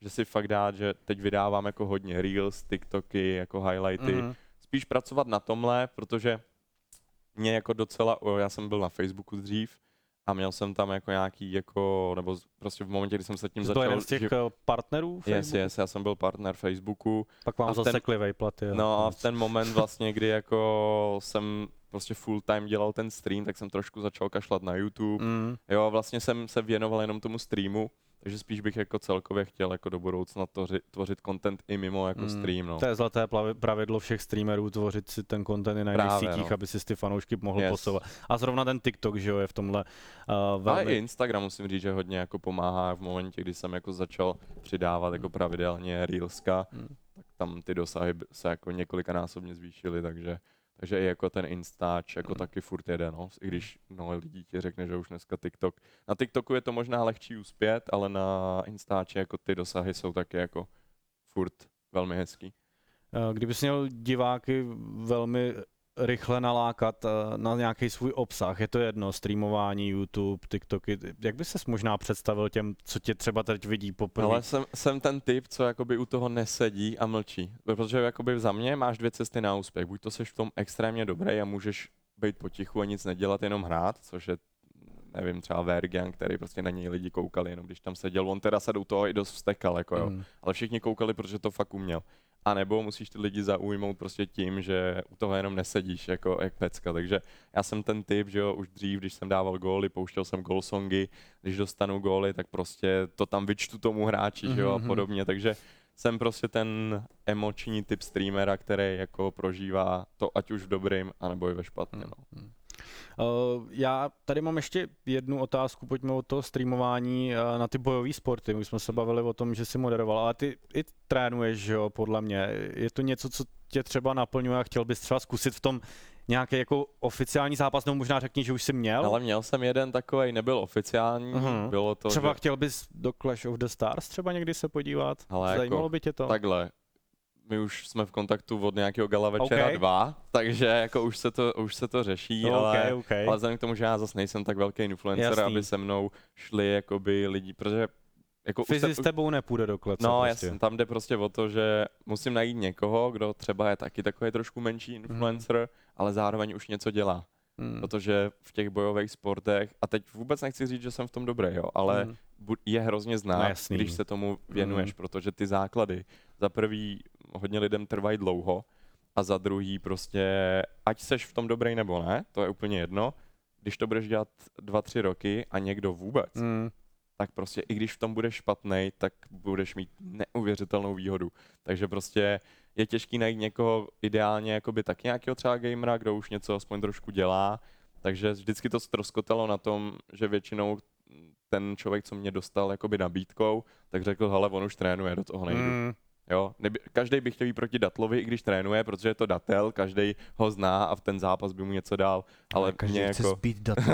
že si fakt dát, že teď vydávám jako hodně reels, TikToky, jako highlighty, spíš pracovat na tomhle, protože mě jako docela, já jsem byl na Facebooku dřív a měl jsem tam jako nějaký jako, nebo prostě v momentě, kdy jsem se tím Jsi začal... byl jeden z těch partnerů Facebooku? Yes, já jsem byl partner Facebooku. Pak vám zasekli vejplaty. No a v ten moment vlastně, kdy jako jsem prostě full time dělal ten stream, tak jsem trošku začal kašlat na YouTube. Jo, a vlastně jsem se věnoval jenom tomu streamu, takže spíš bych jako celkově chtěl jako do budoucna tvořit content i mimo jako stream, no. To je zlaté pravidlo všech streamerů, tvořit si ten content i na jiných sítích, aby si ty fanoušky mohl posouvat. A zrovna ten TikTok, že jo, je v tomhle velmi... Ale i Instagram musím říct, že hodně jako pomáhá v momentě, kdy jsem jako začal přidávat jako pravidelně reelska, tak tam ty dosahy se jako několikanásobně zvýšily, takže i jako ten Instač jako taky furt jede, no. I když mnoho lidí ti řekne, že už dneska TikTok. Na TikToku je to možná lehčí uspět, ale na Instači jako ty dosahy jsou taky jako furt velmi hezký. Kdybys měl diváky velmi rychle nalákat na nějaký svůj obsah, je to jedno, streamování, YouTube, TikToky, jak bys ses možná představil těm, co tě třeba teď vidí poprvé? Ale jsem ten typ, co jakoby u toho nesedí a mlčí, protože jakoby za mě máš dvě cesty na úspěch, buď to seš v tom extrémně dobrý a můžeš být potichu a nic nedělat, jenom hrát, což je, nevím, třeba Vergian, který prostě na něj lidi koukali, jenom když tam seděl, on teda se do toho i dost vstekal, jako jo, ale všichni koukali, protože to fakt uměl. A nebo musíš ty lidi zaujmout prostě tím, že u toho jenom nesedíš jako jak pecka, takže já jsem ten typ, že jo, už dřív, když jsem dával góly, pouštěl jsem goal songy, když dostanu góly, tak prostě to tam vyčtu tomu hráči, že jo, a podobně, takže jsem prostě ten emoční typ streamera, který jako prožívá to ať už v dobrým, anebo i ve špatně, no. Já tady mám ještě jednu otázku, pojďme od toho streamování na ty bojové sporty. My jsme se bavili o tom, že jsi moderoval, ale ty i trénuješ, že jo, podle mě. Je to něco, co tě třeba naplňuje a chtěl bys třeba zkusit v tom nějaký jako oficiální zápas, nebo možná řekni, že už jsi měl? Ale měl jsem jeden takovej, nebyl oficiální, bylo to... Třeba chtěl bys do Clash of the Stars třeba někdy se podívat? Ale zajímalo jako, by tě to? Takhle. My už jsme v kontaktu od nějakého gala večera 2, takže jako už se to řeší, ale vzhledem k tomu, že já zase nejsem tak velký influencer, aby se mnou šli jakoby lidi, protože jako Fizi s tebou nepůjde do klece. No prostě. jasně, tam jde prostě o to, že musím najít někoho, kdo třeba je taky takový trošku menší influencer, ale zároveň už něco dělá. Protože v těch bojových sportech, a teď vůbec nechci říct, že jsem v tom dobrý, jo, ale je hrozně znát, když se tomu věnuješ, protože ty základy za prvý hodně lidem trvají dlouho a za druhý prostě, ať seš v tom dobrý nebo ne, to je úplně jedno, když to budeš dělat 2-3 roky a někdo vůbec, tak prostě i když v tom budeš špatnej, tak budeš mít neuvěřitelnou výhodu. Takže prostě je těžký najít někoho ideálně jakoby tak nějakého třeba gamera, kdo už něco aspoň trošku dělá. Takže vždycky to ztroskotalo na tom, že většinou ten člověk, co mě dostal jakoby nabídkou, tak řekl, hele, on už trénuje, do toho nejdu. Jo, každý by chtěl jít proti Datlovi, i když trénuje, protože je to Datel, každý ho zná a v ten zápas by mu něco dal, ale každý mě chce jako... zbít Datla.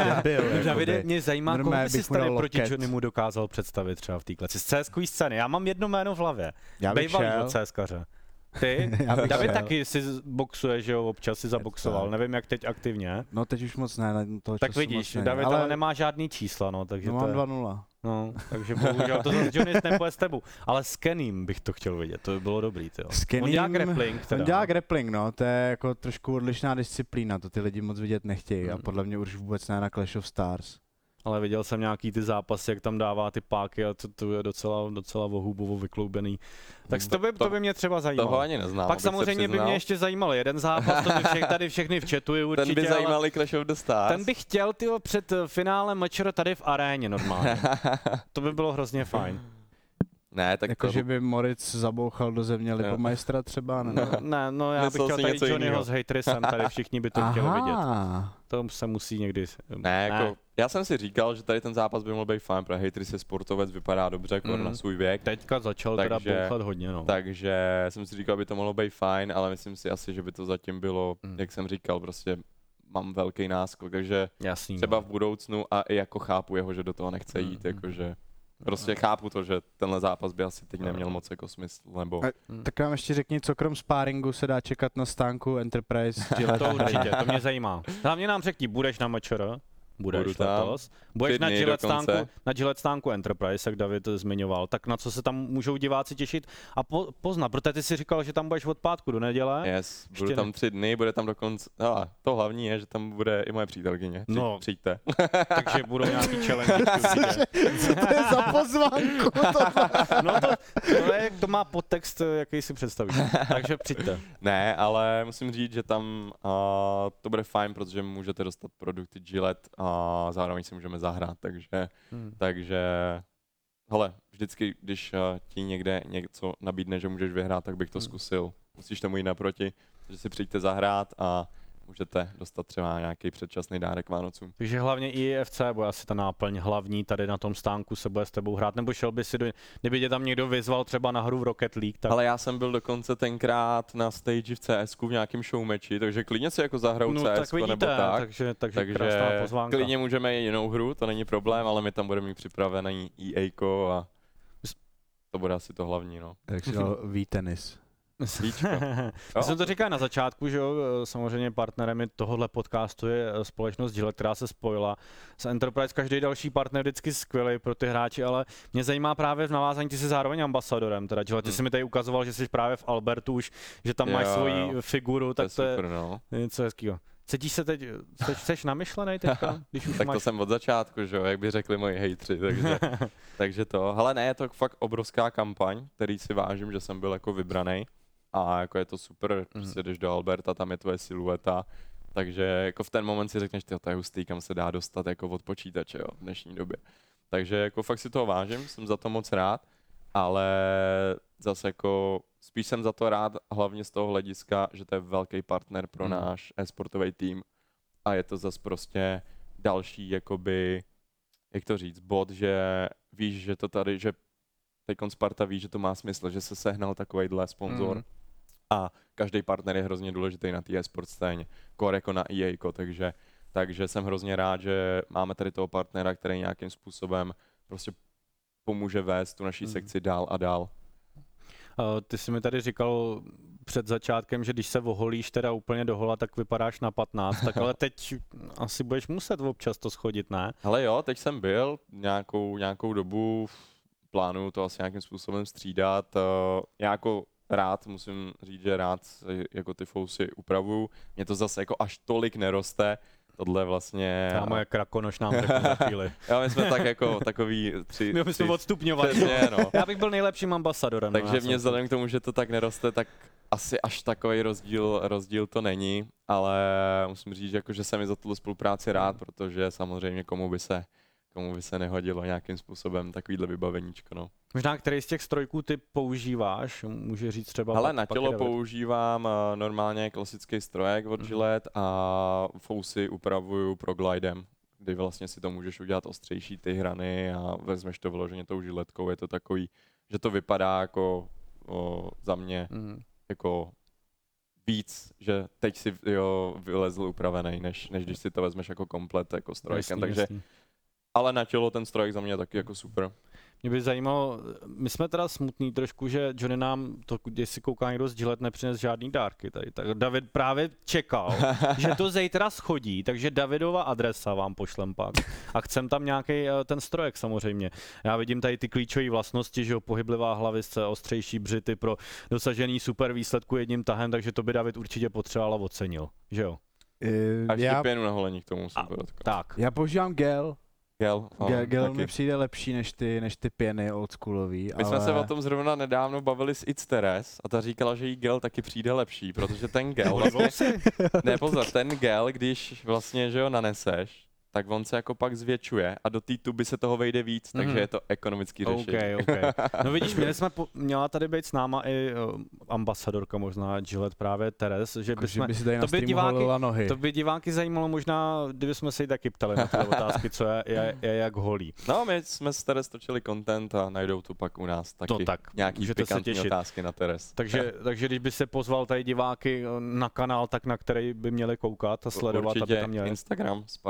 Davide, mě zajímá, koho by si tady proti loket. Johnnymu dokázal představit třeba v té kleci. Z CSkový scény, já mám jedno jméno v hlavě. Já bych šel. CSkaře. Ty? David taky si boxuje, že jo, občas si zaboxoval, nevím jak teď aktivně. No teď už moc ne, toho tak času vidíš, moc David ale nemá žádný čísla, no, takže no, to mám je... 2-0. No, takže bohužel to zase Johnny nepůjde s tebou. Ale s Kenym bych to chtěl vidět, to by bylo dobrý, tyjo. On dělá grappling teda. On dělá grappling, no, to je jako trošku odlišná disciplína, to ty lidi moc vidět nechtějí a podle mě už vůbec ne na Clash of Stars. Ale viděl jsem nějaký ty zápasy, jak tam dává ty páky a to je docela vohubovo vykloubený. Tak to by mě třeba zajímalo. Toho ani neznám. Pak samozřejmě by mě ještě zajímal jeden zápas, to by tady všechny včetuje určitě. Ten by zajímal i Clash of the Stars. Ten bych chtěl před finálem Mečera tady v aréně normálně. To by bylo hrozně fajn. Ne, tak jako, že by Moritz zabouchal do země Lipomajstra třeba? Ne, no já bych chtěl tady Johnnyho s hejtrisem, tady všichni by to chtěli vidět. To se musí někdy... Ne, jako, já jsem si říkal, že tady ten zápas by mohl být fajn, protože hejtris je sportovec, vypadá dobře, jako na svůj věk. Teďka začal teda bouchat hodně, no. Takže jsem si říkal, by to mohlo být fajn, ale myslím si asi, že by to zatím bylo, jak jsem říkal, prostě mám velký náskok, takže jasný, třeba v budoucnu a i jako chápu jeho, že do toho nechce jít, jakože... Prostě chápu to, že tenhle zápas by asi teď neměl moc jako smysl, nebo... Tak nám ještě řekni, co krom sparingu se dá čekat na stánku Enterprise? To určitě, to mě zajímá. Hlavně nám řekni, budeš na Mečera? Budeš Budu tam. letos. Budeš 3 na dny Gillette dokonce. stánku, Enterprise, jak David zmiňoval. Tak na co se tam můžou diváci těšit a poznat? Protože ty si říkal, že tam budeš od pátku do neděle. Yes, budu Ještě tam 3 dny, bude tam dokonce, to hlavní je, že tam bude i moje přítelkyně, No. přijďte. Takže budou nějaký challenge. určitě. Co to je za pozvánku? No to má podtext, jaký si představíš. Takže přijďte. Ne, ale musím říct, že tam to bude fajn, protože můžete dostat produkty Gillette a zároveň si můžeme zahrát, takže hele, vždycky, když ti někde něco nabídne, že můžeš vyhrát, tak bych to zkusil. Musíš tomu jít naproti, že si přijďte zahrát a můžete dostat třeba nějaký předčasný dárek Vánocům. Takže hlavně IFC bude asi ta náplň hlavní tady na tom stánku se bude s tebou hrát, nebo šel by si kdyby tě tam někdo vyzval třeba na hru v Rocket League, tak... Ale já jsem byl dokonce tenkrát na stage v CSku v nějakém showmatchi, takže klidně si jako zahrajou no, CSko tak vidíte, nebo tak. takže krásná pozvánka. Klidně můžeme i jinou hru, to není problém, ale my tam budeme mít připravený EA-ko a to bude asi to hlavní, no. Jak si dal V-tenis. Víčko. Já jsem to říkal na začátku, že jo, samozřejmě partnerem tohohle podcastu je společnost Gillette, která se spojila s Enterprise. Každý další partner vždycky skvělý pro ty hráči, ale mě zajímá právě v navázání, ty jsi zároveň ambasadorem, teda Gillette, ty jsi mi tady ukazoval, že jsi právě v Albertu už, že tam máš svoji figuru, tak to je super, no. něco hezkýho. Cítíš se teď, jsi namyšlenej teďka, když už Tak máš... to jsem od začátku, že jo, jak by řekli moji hejtři, takže to. Hele, ne, je to fakt obrovská kampaň, který si vážím, že jsem byl jako vybraný. A jako je to super, prostě jdeš do Alberta, tam je tvoje silueta, takže jako v ten moment si řekneš, to je hustý, kam se dá dostat jako od počítače, jo, v dnešní době. Takže jako fakt si toho vážím, jsem za to moc rád, ale zase jako spíš jsem za to rád hlavně z toho hlediska, že to je velký partner pro náš e-sportový tým a je to zase prostě další jakoby, jak to říct, bod, že víš, že to tady, že teďkon Sparta ví, že to má smysl, že se sehnal takovejhle sponzor. A každý partner je hrozně důležitý na té e-sport scéně, jako na EA, takže jsem hrozně rád, že máme tady toho partnera, který nějakým způsobem prostě pomůže vést tu naší sekci dál a dál. Ty jsi mi tady říkal před začátkem, že když se oholíš teda úplně dohola, tak vypadáš na 15, tak ale teď asi budeš muset občas to schodit, ne? Hele jo, teď jsem byl nějakou dobu, plánuju to asi nějakým způsobem střídat, já jako rád, musím říct, že rád jako ty fousy upravuju. Mně to zase jako až tolik neroste. Tohle vlastně... Kámo, jak krakonoš nám řekne za chvíli. Jo, my jsme tak jako takový My bychom odstupňovali. Přesně, no. Já bych byl nejlepším ambasadorem. Takže mě vzhledem k tomu, že to tak neroste, tak asi až takový rozdíl to není, ale musím říct, jako, že jsem i za tuto spolupráci rád, protože samozřejmě komu by se nehodilo nějakým způsobem takovýhle vybaveníčko, no. Možná který z těch strojků ty používáš, může říct třeba... Ale na tělo používám normálně klasický strojek od Gillette a fousy upravuju pro glidem, kdy vlastně si to můžeš udělat ostřejší ty hrany a vezmeš to vyloženě tou žiletkou, je to takový, že to vypadá jako za mě jako víc, že teď si vylezl upravený, než když si to vezmeš jako komplet jako strojkem, takže ale na tělo ten strojek za mě taky jako super. Mě by zajímalo, my jsme teda smutný trošku, že Johnny nám, to, když si kouká někdo z Gillette, nepřines žádný dárky tady. Tak David právě čekal, že to zítra schodí, takže Davidova adresa vám pošlem pak. A chcem tam nějaký ten strojek samozřejmě. Já vidím tady ty klíčové vlastnosti, že jo, pohyblivá hlavice, ostřejší břity pro dosažený super výsledku jedním tahem, takže to by David určitě potřeboval a ocenil, že jo? A ještě pěnu na holení k tomu musím podotknout. Tak. Já používám gel. Gel mi taky. přijde lepší než ty pěny oldschoolový. My jsme se o tom zrovna nedávno bavili s It's Teres a ta říkala, že jí gel taky přijde lepší, protože ten gel vlastně, ne pozor, ten gel, když vlastně, že ho naneseš, tak on se jako pak zvětšuje a do té tuby se toho vejde víc, takže je to ekonomický řešení. Okay. No vidíš, měla tady být s náma i ambasadorka možná Gillette právě Teres, že bychom, by si tady na streamu holila nohy. To by diváky zajímalo možná, kdyby jsme se jí taky ptali na tyhle otázky, co je jak holí. No, my jsme s Teres točili content a najdou tu pak u nás taky nějaký pikantní otázky na Teres. Takže když by se pozval tady diváky na kanál, tak na který by měli koukat a sledovat, určitě aby tam měli. Instagram Sparta eSports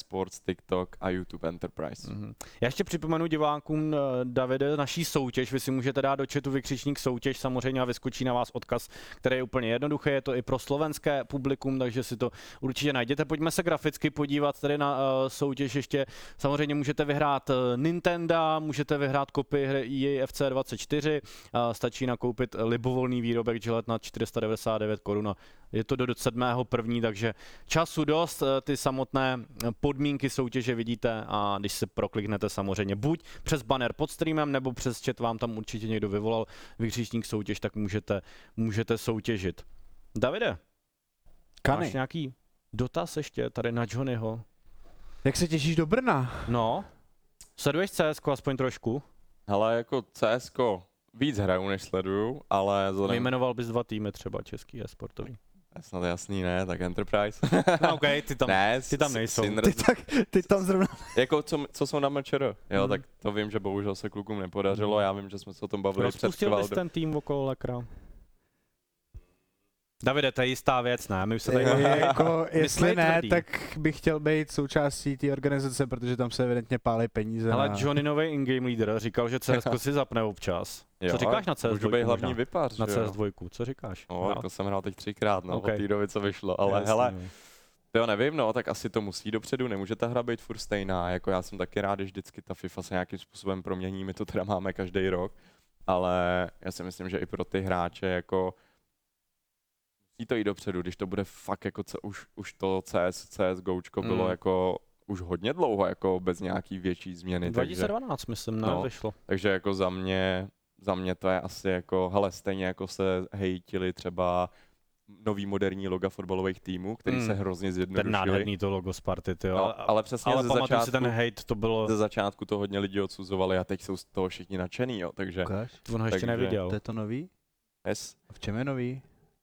eSports, TikTok a YouTube Enterprise. Já ještě připomenu divákům, Davide, naší soutěž. Vy si můžete dát do chatu vykřičník soutěž samozřejmě a vyskočí na vás odkaz, který je úplně jednoduchý. Je to i pro slovenské publikum, takže si to určitě najděte. Pojďme se graficky podívat tady na soutěž ještě. Samozřejmě můžete vyhrát Nintendo, můžete vyhrát kopii hry EA FC 24. Stačí nakoupit libovolný výrobek Gillette na 499 korun. Je to do 7.1., takže času dost, ty samotné podmínky soutěže vidíte a když se prokliknete samozřejmě buď přes banner pod streamem, nebo přes chat vám tam určitě někdo vyvolal vykřičník soutěž, tak můžete soutěžit. Davide, máš nějaký dotaz ještě tady na Johnnyho? Jak se těšíš do Brna? No, sleduješ CSko aspoň trošku? Ale jako CSko víc hraju, než sleduju, ale vzhledem... Vyjmenoval bys 2 týmy třeba český a sportový. Je snad jasný, ne? Tak Enterprise. No, OK, ty tam nejsou. Ty tam zrovna... Jako co jsou na MČR, jo, tak to vím, že bohužel se klukům nepodařilo, já vím, že jsme se o tom bavili před Rozpustil bys ten tým okolo Lekra? Davide, to je jistá věc, ne? My už se tady... Jako, jestli ne, tvrdý. tak bych chtěl být součástí té organizace, protože tam se evidentně pálí peníze. Ale Johnny, nový in-game leader, říkal, že CSko si zapne občas. Jo, Co říkáš na CS2? Můžu být hlavní vypář, Na že jo? CS2, co říkáš? No, jako jsem hrál teď 3krát, no, Okay. od té doby, co vyšlo, ale Jasný, hele, no. to nevím, no, tak asi to musí dopředu, nemůže ta hra být furt stejná, jako já jsem taky rád, když vždycky ta FIFA se nějakým způsobem promění, my to teda máme každý rok, ale já si myslím, že i pro ty hráče, jako musí to jít dopředu, když to bude fakt jako, už to CSGOčko bylo jako už hodně dlouho, jako bez nějaký větší změny. 2012, myslím, ne, vyšlo. Takže jako za mě to je asi jako, hele, stejně jako se hejtili třeba nový moderní loga fotbalových týmů, který se hrozně zjednodušili. Ten nádherný to logo Sparty, ty jo. No, ale přesně ale ze pamatuju začátku, si ten hate, to bylo... ze začátku to hodně lidi odsuzovali a teď jsou z toho všichni nadšený, jo, takže... On ho ještě neviděl. To je to nový? Yes. V čem je nový?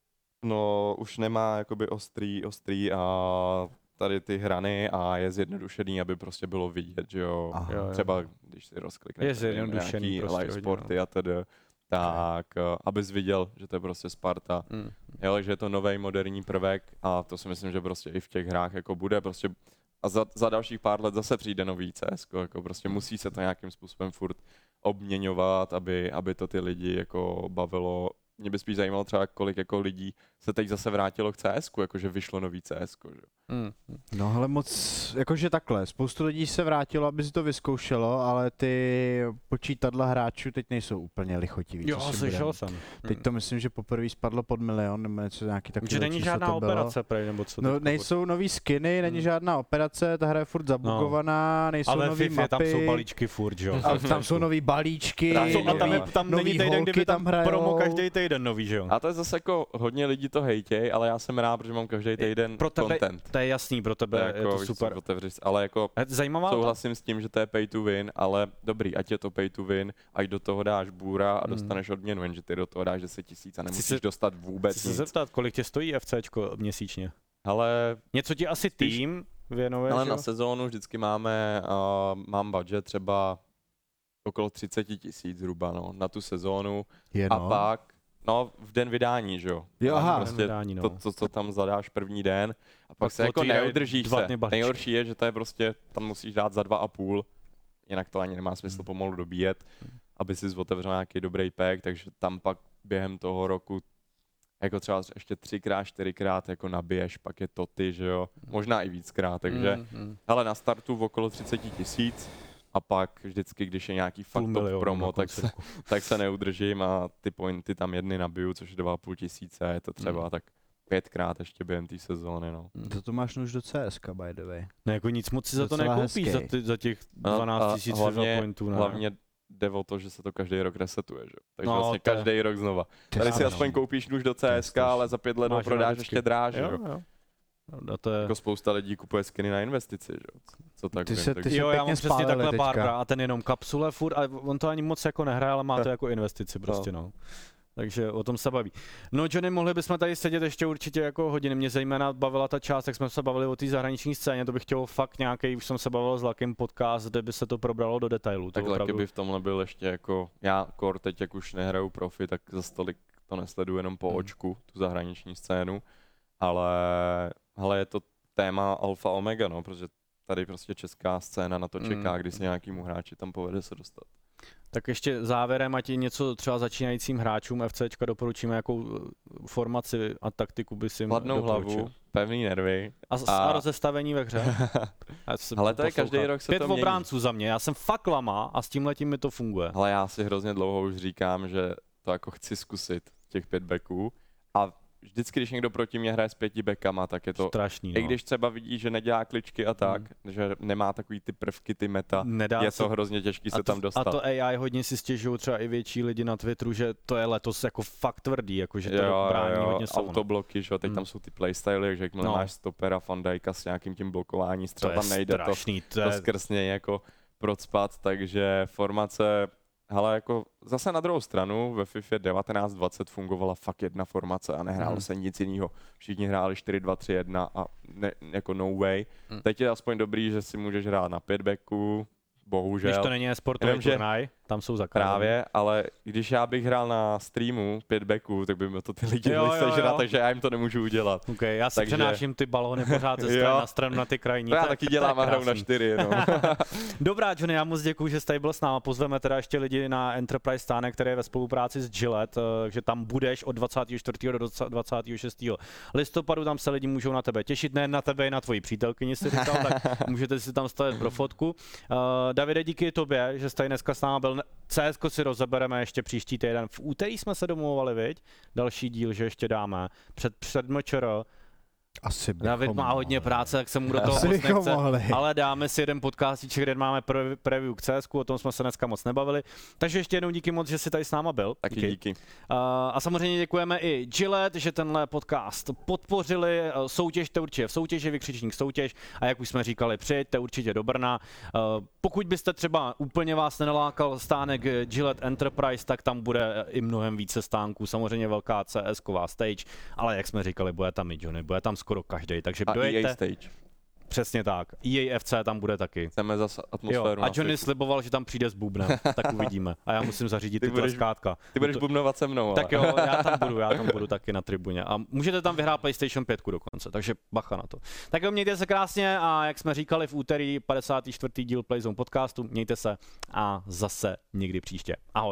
No, už nemá jakoby ostrý a tady ty hrany a je zjednodušený, aby prostě bylo vidět, že jo. Třeba když si rozklikneš je zjednodušený prostě live sporty a tedy, tak abys viděl, že to je prostě Sparta. Jo, že je to nový moderní prvek a to si myslím, že prostě i v těch hrách jako bude prostě a za dalších pár let zase přijde nový CS, jako prostě musí se to nějakým způsobem furt obměňovat, aby to ty lidi jako bavilo. Mě by spíš zajímalo třeba, kolik jako lidí se teď zase vrátilo k CSku, jakože vyšlo nový CSko, že? No ale moc, jakože takhle, spoustu lidí se vrátilo, aby si to vyzkoušelo, ale ty počítadla hráčů teď nejsou úplně lichotiví. Jo, slyšel jsem. Teď to myslím, že poprvé spadlo pod 1 milion, nebo něco nějaký takový. Že není žádná operace, prej, nebo co? No nejsou nový skiny, není žádná operace, ta hra je furt zabugovaná, nejsou ale nový FIFA, mapy. tam jsou balíčky furt, že jo? A tam jsou nový balíčky, tam nový není týden, kdyby tam hrajou. promo každý týden nový, že jo? A to je zase jako hodně lidí to hejtěj, ale já jsem rád, protože mám každý týden content. To je jasný, pro tebe je to super. Ale jako zajímavá souhlasím s tím, že to je pay to win, ale dobrý, ať je to pay to win, ať do toho dáš bůra a dostaneš odměnu, jenže ty do toho dáš 10 000 a nemusíš dostat vůbec Chci nic. se zeptat, kolik tě stojí FCčko měsíčně? Ale něco ti asi tým věnuje, ale na sezónu vždycky mám budget třeba okolo 30 000 zhruba, no, na tu sezónu. A pak v den vydání, že jo? Aha, prostě vydání, no. to, co tam zadáš první den a pak se jako neudržíš se. Nejhorší je, že to je prostě, tam musíš dát za 2,5, jinak to ani nemá smysl pomalu dobíjet, aby si otevřel nějaký dobrý pack, takže tam pak během toho roku jako třeba ještě 3x, 4x jako nabiješ, pak je to ty, že jo? Možná i víckrát, takže hele, na startu v okolo 30 000 a pak vždycky, když je nějaký fakt top promo, tak se neudržím a ty pointy tam jedny nabiju, což je 2,5 tisíce, je to třeba tak 5krát ještě během té sezóny, no. To máš už do CSka, by the way. No jako nic moc si za to nekoupíš, za těch 12 000 pointů, ne? Hlavně jde o to, že se to každý rok resetuje, že? Takže vlastně každý rok znova. Tady si aspoň koupíš nůž do CSK, ale za 5 let ho prodáš ještě dráž, jo? To je... Jako spousta lidí kupuje skiny na investici, že? Co tak vím, jo, já mám přesně takhle Barbara a ten jenom kapsule furt a on to ani moc jako nehraje, ale má to jako investici prostě, no. Takže o tom se baví. No Johnny, mohli bychom tady sedět ještě určitě jako hodiny. Mě zejména bavila ta část, jak jsme se bavili o té zahraniční scéně, to bych chtěl fakt nějaký, už jsem se bavil s Lakem podcast, kde by se to probralo do detailů. Tak Laky by v tomhle byl ještě jako, já kor teď, jak už nehraju profi, tak za stolik to nesleduju jenom po očku, tu zahraniční scénu, ale je to téma alfa omega, no, protože tady prostě česká scéna na to čeká, kdy se nějakýmu hráči tam povede se dostat. Tak ještě závěrem, ať něco třeba začínajícím hráčům FCčka doporučíme, jakou formaci a taktiku by si jim Hladnou doporučil. hlavu, pevný nervy. A rozestavení ve hře. Ale to je každý rok se 5 to mění. obránců za mě, já jsem fakt lama a s tímhletím mi to funguje. Ale já si hrozně dlouho už říkám, že to jako chci zkusit, těch 5 backů. A vždycky, když někdo proti mě hraje s 5 backama, tak je to strašný. I když třeba vidí, že nedělá kličky a tak, že nemá takový ty prvky, ty meta, je to hrozně těžký se tam dostat. A to AI hodně si stěžují třeba i větší lidi na Twitteru, že to je letos jako fakt tvrdý, jako že to brání hodně samo. Autobloky, že teď tam jsou ty playstyly, že jakmile máš stopera, Van Dijka s nějakým tím blokování střel, tam nejde strašný, to skrz něj jako procpat, takže formace. Ale jako zase na druhou stranu ve FIFA 19-20 fungovala fakt jedna formace a nehrálo se nic jiného. Všichni hráli 4-2-3-1 a jako no way. Teď je aspoň dobrý, že si můžeš hrát na 5 backů, bohužel. Když to není sportovní turnaj, tam jsou zakázané. Právě, ale když já bych hrál na streamu 5 backů, tak by mi to ty lidi mohli sežrat, takže já jim to nemůžu udělat. Okay, já si přenáším ty balóny pořád ze strany na stranu na ty krajní. To já taky dělám a hraju na 4. No. Dobrá, Johnny, já moc děkuju, že jsi tady byl s náma. Pozveme teda ještě lidi na Enterprise stánek, který je ve spolupráci s Gillette, že tam budeš od 24. do 26. listopadu, tam se lidi můžou na tebe těšit, ne na tebe, i na tvoji přítelkyni, si říkal, tak můžete si tam stavit pro fotku. Davide, díky tobě, že jsi tady dneska s náma byl. CSko si rozebereme ještě příští týden. V úterý jsme se domluvali, viď? Další díl, že ještě dáme. Před MČR. Asi David má hodně práce, tak se mu do toho moc nechce, ale dáme si jeden podcastíček, kde máme preview k CSku, o tom jsme se dneska moc nebavili. Takže ještě jednou díky moc, že jsi tady s náma byl. Taky díky. A samozřejmě děkujeme i Gillette, že tenhle podcast podpořili. Soutěžte určitě v soutěži, vykřičník soutěž, a jak už jsme říkali, přijeďte určitě do Brna. Pokud byste třeba úplně vás nenalákal stánek Gillette Enterprise, tak tam bude i mnohem více stánků, samozřejmě velká CS-ková stage, ale jak jsme říkali, bude tam i Johnny, bude tam skoro každý, takže dojďte. EA stage. Přesně tak. EA FC tam bude taky. Chceme zase atmosféru. A Johnny sliboval, že tam přijde s bubnem, tak uvidíme. A já musím zařídit ty tlaskátka. Ty budeš bubnovat se mnou. Tak jo, já tam budu taky na tribuně. A můžete tam vyhrát PlayStation 5 dokonce, takže bacha na to. Tak jo, mějte se krásně a jak jsme říkali v úterý 54. díl Playzone podcastu, mějte se a zase někdy příště. Ahoj.